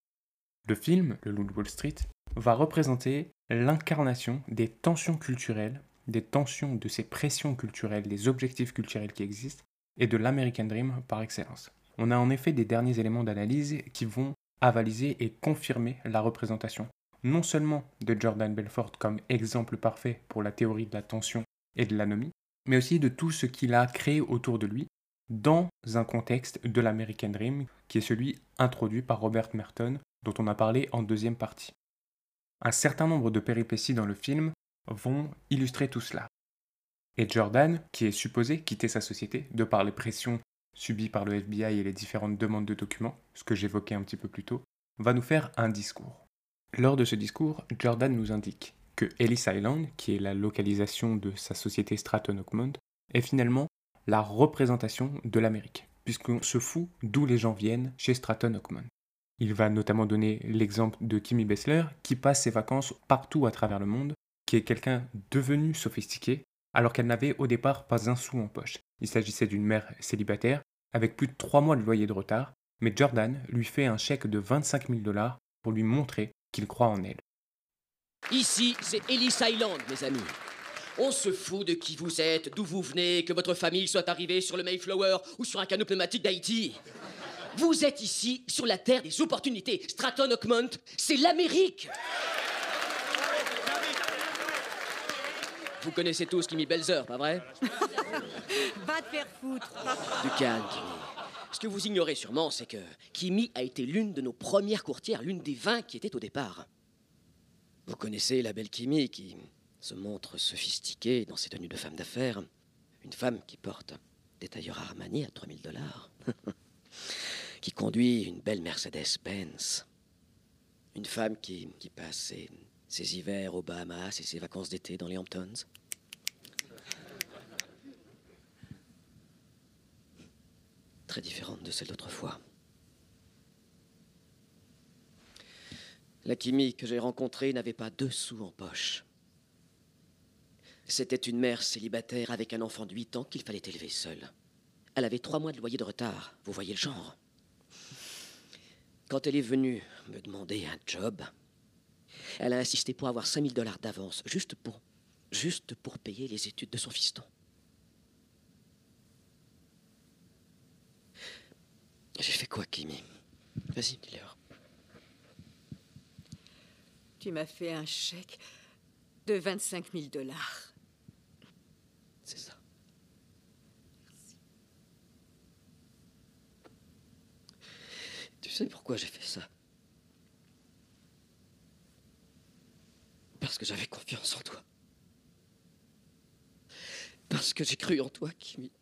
Le film, Le Loup de Wall Street, va représenter l'incarnation des tensions culturelles, des tensions de ces pressions culturelles, des objectifs culturels qui existent, et de l'American Dream par excellence. On a en effet des derniers éléments d'analyse qui vont avaliser et confirmer la représentation, non seulement de Jordan Belfort comme exemple parfait pour la théorie de la tension et de l'anomie, mais aussi de tout ce qu'il a créé autour de lui dans un contexte de l'American Dream, qui est celui introduit par Robert Merton, dont on a parlé en deuxième partie. Un certain nombre de péripéties dans le film vont illustrer tout cela. Et Jordan, qui est supposé quitter sa société de par les pressions subies par le F B I et les différentes demandes de documents, ce que j'évoquais un petit peu plus tôt, va nous faire un discours. Lors de ce discours, Jordan nous indique que Ellis Island, qui est la localisation de sa société Stratton Oakmont, est finalement la représentation de l'Amérique, puisqu'on se fout d'où les gens viennent chez Stratton Oakmont. Il va notamment donner l'exemple de Kimmy Bessler, qui passe ses vacances partout à travers le monde, qui est quelqu'un devenu sophistiqué, alors qu'elle n'avait au départ pas un sou en poche. Il s'agissait d'une mère célibataire, avec plus de trois mois de loyer de retard, mais Jordan lui fait un chèque de vingt-cinq mille dollars pour lui montrer qu'il croit en elle. Ici, c'est Ellis Island, mes amis. On se fout de qui vous êtes, d'où vous venez, que votre famille soit arrivée sur le Mayflower ou sur un canot pneumatique d'Haïti. Vous êtes ici sur la terre des opportunités. Stratton Oakmont, c'est l'Amérique. Vous connaissez tous Kimmy Belzer, pas vrai? Va te faire foutre. Du calme, Kimmy. Ce que vous ignorez sûrement, c'est que Kimmy a été l'une de nos premières courtières, l'une des vingt qui étaient au départ. Vous connaissez la belle Kimmy qui se montre sophistiquée dans ses tenues de femme d'affaires. Une femme qui porte des tailleurs Armani à trois mille dollars. Qui conduit une belle Mercedes-Benz. Une femme qui, qui passe ses, ses hivers aux Bahamas et ses vacances d'été dans les Hamptons. Très différente de celle d'autrefois. La Kimmy que j'ai rencontrée n'avait pas deux sous en poche. C'était une mère célibataire avec un enfant de huit ans qu'il fallait élever seule. Elle avait trois mois de loyer de retard. Vous voyez le genre. Quand elle est venue me demander un job, elle a insisté pour avoir cinq mille dollars d'avance, juste pour, juste pour payer les études de son fiston. J'ai fait quoi, Kimmy? Vas-y, dis-leur. Tu m'as fait un chèque de vingt-cinq mille dollars. C'est ça. Tu sais pourquoi j'ai fait ça? Parce que j'avais confiance en toi. Parce que j'ai cru en toi, Kimmy.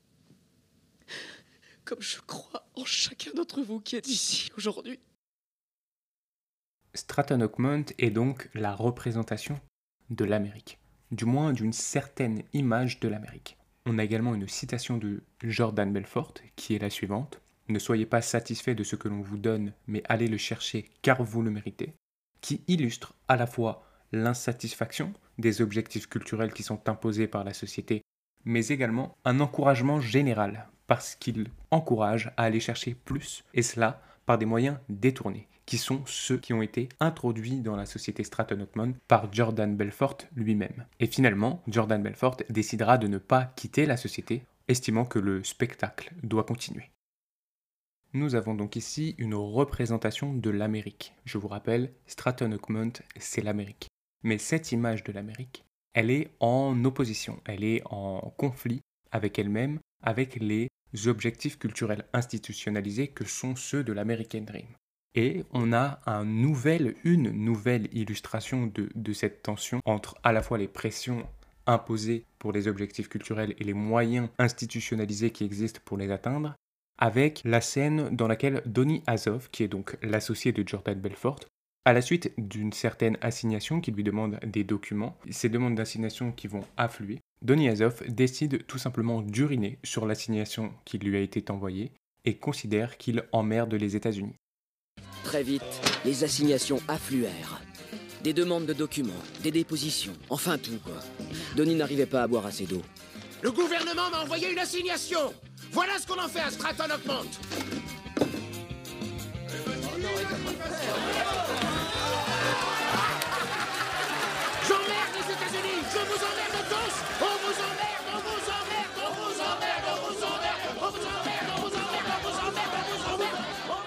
Comme je crois en chacun d'entre vous qui est ici aujourd'hui. Stratton Oakmont est donc la représentation de l'Amérique, du moins d'une certaine image de l'Amérique. On a également une citation de Jordan Belfort qui est la suivante. « Ne soyez pas satisfait de ce que l'on vous donne, mais allez le chercher car vous le méritez », qui illustre à la fois l'insatisfaction des objectifs culturels qui sont imposés par la société, mais également un encouragement général, parce qu'il encourage à aller chercher plus, et cela par des moyens détournés, qui sont ceux qui ont été introduits dans la société Stratton Oakmont par Jordan Belfort lui-même. Et finalement, Jordan Belfort décidera de ne pas quitter la société, estimant que le spectacle doit continuer. Nous avons donc ici une représentation de l'Amérique. Je vous rappelle, Stratton Oakmont, c'est l'Amérique. Mais cette image de l'Amérique, elle est en opposition, elle est en conflit avec elle-même, avec les objectifs culturels institutionnalisés que sont ceux de l'American Dream. Et on a un nouvel, une nouvelle illustration de, de cette tension entre à la fois les pressions imposées pour les objectifs culturels et les moyens institutionnalisés qui existent pour les atteindre, avec la scène dans laquelle Donny Azoff, qui est donc l'associé de Jordan Belfort, à la suite d'une certaine assignation qui lui demande des documents, ces demandes d'assignation qui vont affluer, Donny Azoff décide tout simplement d'uriner sur l'assignation qui lui a été envoyée et considère qu'il emmerde les États-Unis. Très vite, les assignations affluèrent. Des demandes de documents, des dépositions, enfin tout quoi. Donny n'arrivait pas à boire assez d'eau. Le gouvernement m'a envoyé une assignation. Voilà ce qu'on en fait à Stratton Oakmont. J'emmerde les États-Unis. Je vous emmerde tous. On vous emmerde, on vous emmerde, on vous emmerde, on vous emmerde, on vous emmerde, on vous emmerde, on vous emmerde, on vous emmerde.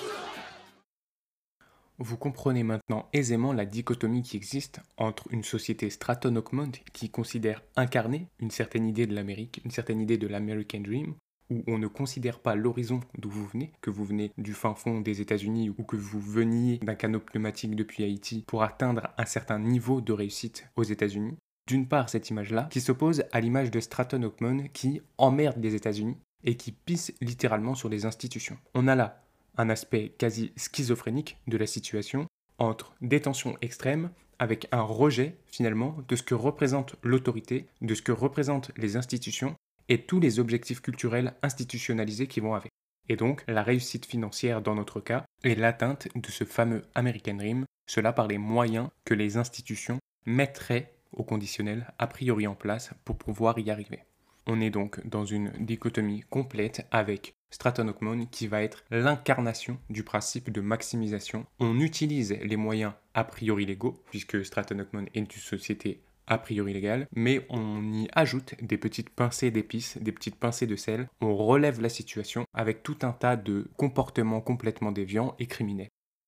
Vous comprenez maintenant aisément la dichotomie qui existe entre une société Stratton Oakmont qui considère incarner une certaine idée de l'Amérique, une certaine idée de l'American Dream, où on ne considère pas l'horizon d'où vous venez, que vous venez du fin fond des États-Unis ou que vous veniez d'un canot pneumatique depuis Haïti pour atteindre un certain niveau de réussite aux États-Unis. D'une part, cette image-là, qui s'oppose à l'image de Stratton Oakmont qui emmerde les États-Unis et qui pisse littéralement sur les institutions. On a là un aspect quasi schizophrénique de la situation, entre des tensions extrêmes, avec un rejet finalement de ce que représente l'autorité, de ce que représentent les institutions, et tous les objectifs culturels institutionnalisés qui vont avec. Et donc, la réussite financière dans notre cas est l'atteinte de ce fameux American Dream, cela par les moyens que les institutions mettraient au conditionnel a priori en place pour pouvoir y arriver. On est donc dans une dichotomie complète avec Stratton Oakmont qui va être l'incarnation du principe de maximisation. On utilise les moyens a priori légaux, puisque Stratton Oakmont est une société a priori légale, mais on y ajoute des petites pincées d'épices, des petites pincées de sel, on relève la situation avec tout un tas de comportements complètement déviants et criminels.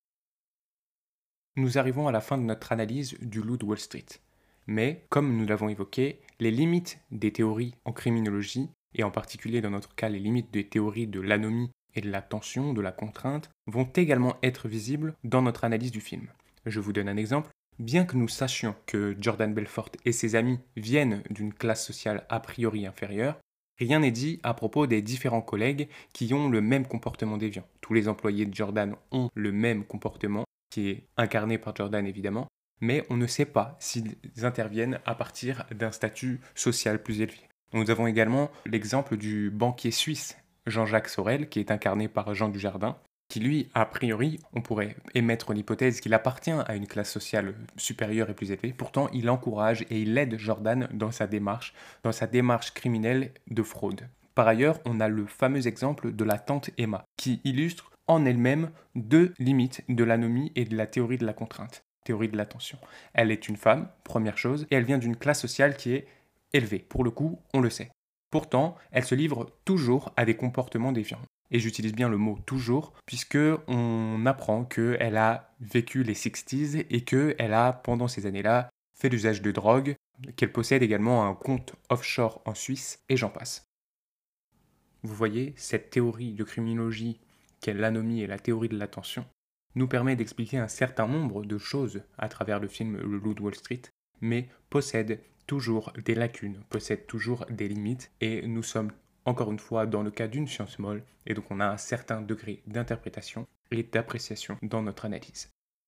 Nous arrivons à la fin de notre analyse du loup de Wall Street. Mais, comme nous l'avons évoqué, les limites des théories en criminologie, et en particulier dans notre cas les limites des théories de l'anomie et de la tension, de la contrainte, vont également être visibles dans notre analyse du film. Je vous donne un exemple. Bien que nous sachions que Jordan Belfort et ses amis viennent d'une classe sociale a priori inférieure, rien n'est dit à propos des différents collègues qui ont le même comportement déviant. Tous les employés de Jordan ont le même comportement, qui est incarné par Jordan évidemment, mais on ne sait pas s'ils interviennent à partir d'un statut social plus élevé. Nous avons également l'exemple du banquier suisse Jean-Jacques Sorel, qui est incarné par Jean Dujardin, qui lui, a priori, on pourrait émettre l'hypothèse qu'il appartient à une classe sociale supérieure et plus élevée. Pourtant, il encourage et il aide Jordan dans sa démarche, dans sa démarche criminelle de fraude. Par ailleurs, on a le fameux exemple de la tante Emma, qui illustre en elle-même deux limites de l'anomie et de la théorie de la contrainte, théorie de l'attention. Elle est une femme, première chose, et elle vient d'une classe sociale qui est élevée. Pour le coup, on le sait. Pourtant, elle se livre toujours à des comportements déviants. Et j'utilise bien le mot « toujours » puisqu'on apprend qu'elle a vécu les sixties et qu'elle a, pendant ces années-là, fait l'usage de drogue, qu'elle possède également un compte offshore en Suisse, et j'en passe. Vous voyez, cette théorie de criminologie qu'est l'anomie et la théorie de l'attention nous permet d'expliquer un certain nombre de choses à travers le film Le Loup de Wall Street, mais possède toujours des lacunes, possède toujours des limites, et nous sommes encore une fois dans le cas d'une science molle, et donc on a un certain degré d'interprétation et d'appréciation dans notre analyse.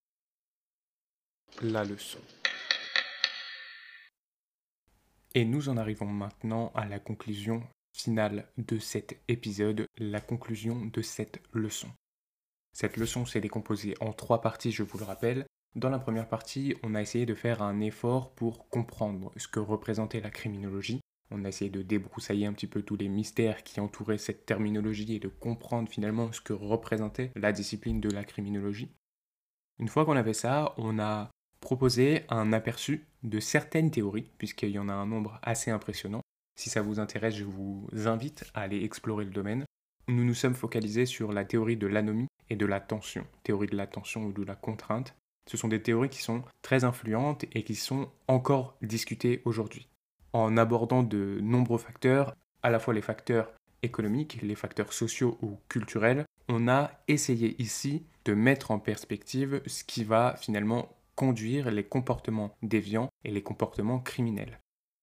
La leçon. Et nous en arrivons maintenant à la conclusion finale de cet épisode, la conclusion de cette leçon. Cette leçon s'est décomposée en trois parties, je vous le rappelle. Dans la première partie, on a essayé de faire un effort pour comprendre ce que représentait la criminologie. On a essayé de débroussailler un petit peu tous les mystères qui entouraient cette terminologie et de comprendre finalement ce que représentait la discipline de la criminologie. Une fois qu'on avait ça, on a proposé un aperçu de certaines théories, puisqu'il y en a un nombre assez impressionnant. Si ça vous intéresse, je vous invite à aller explorer le domaine. Nous nous sommes focalisés sur la théorie de l'anomie et de la tension, théorie de la tension ou de la contrainte. Ce sont des théories qui sont très influentes et qui sont encore discutées aujourd'hui, en abordant de nombreux facteurs, à la fois les facteurs économiques, les facteurs sociaux ou culturels. On a essayé ici de mettre en perspective ce qui va finalement conduire les comportements déviants et les comportements criminels.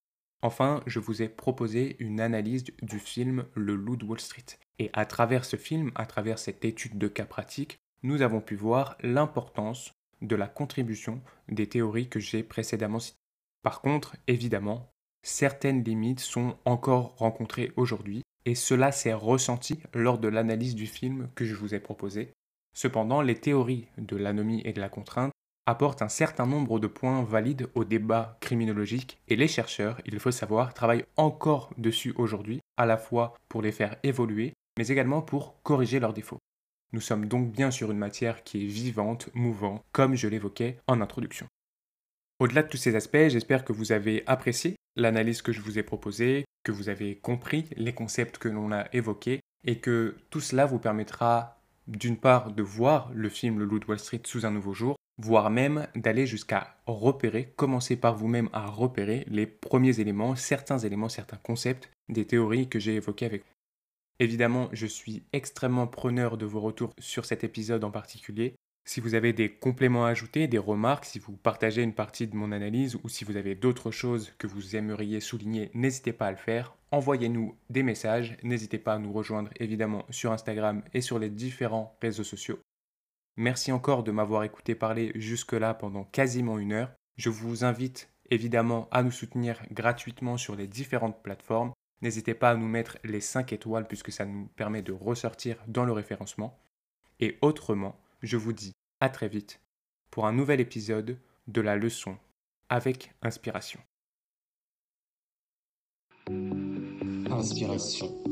Enfin, je vous ai proposé une analyse du film Le Loup de Wall Street. Et à travers ce film, à travers cette étude de cas pratique, nous avons pu voir l'importance de la contribution des théories que j'ai précédemment citées. Par contre, évidemment, certaines limites sont encore rencontrées aujourd'hui, et cela s'est ressenti lors de l'analyse du film que je vous ai proposé. Cependant, les théories de l'anomie et de la contrainte apportent un certain nombre de points valides au débat criminologique, et les chercheurs, il faut savoir, travaillent encore dessus aujourd'hui, à la fois pour les faire évoluer, mais également pour corriger leurs défauts. Nous sommes donc bien sur une matière qui est vivante, mouvante, comme je l'évoquais en introduction. Au-delà de tous ces aspects, j'espère que vous avez apprécié l'analyse que je vous ai proposée, que vous avez compris les concepts que l'on a évoqués, et que tout cela vous permettra d'une part de voir le film Le Loup de Wall Street sous un nouveau jour, voire même d'aller jusqu'à repérer, commencer par vous-même à repérer les premiers éléments, certains éléments, certains concepts des théories que j'ai évoquées avec vous. Évidemment, je suis extrêmement preneur de vos retours sur cet épisode en particulier. Si vous avez des compléments à ajouter, des remarques, si vous partagez une partie de mon analyse ou si vous avez d'autres choses que vous aimeriez souligner, n'hésitez pas à le faire. Envoyez-nous des messages, n'hésitez pas à nous rejoindre évidemment sur Instagram et sur les différents réseaux sociaux. Merci encore de m'avoir écouté parler jusque-là pendant quasiment une heure. Je vous invite évidemment à nous soutenir gratuitement sur les différentes plateformes. N'hésitez pas à nous mettre les cinq étoiles puisque ça nous permet de ressortir dans le référencement. Et autrement, je vous dis à très vite pour un nouvel épisode de la leçon avec inspiration. Inspiration.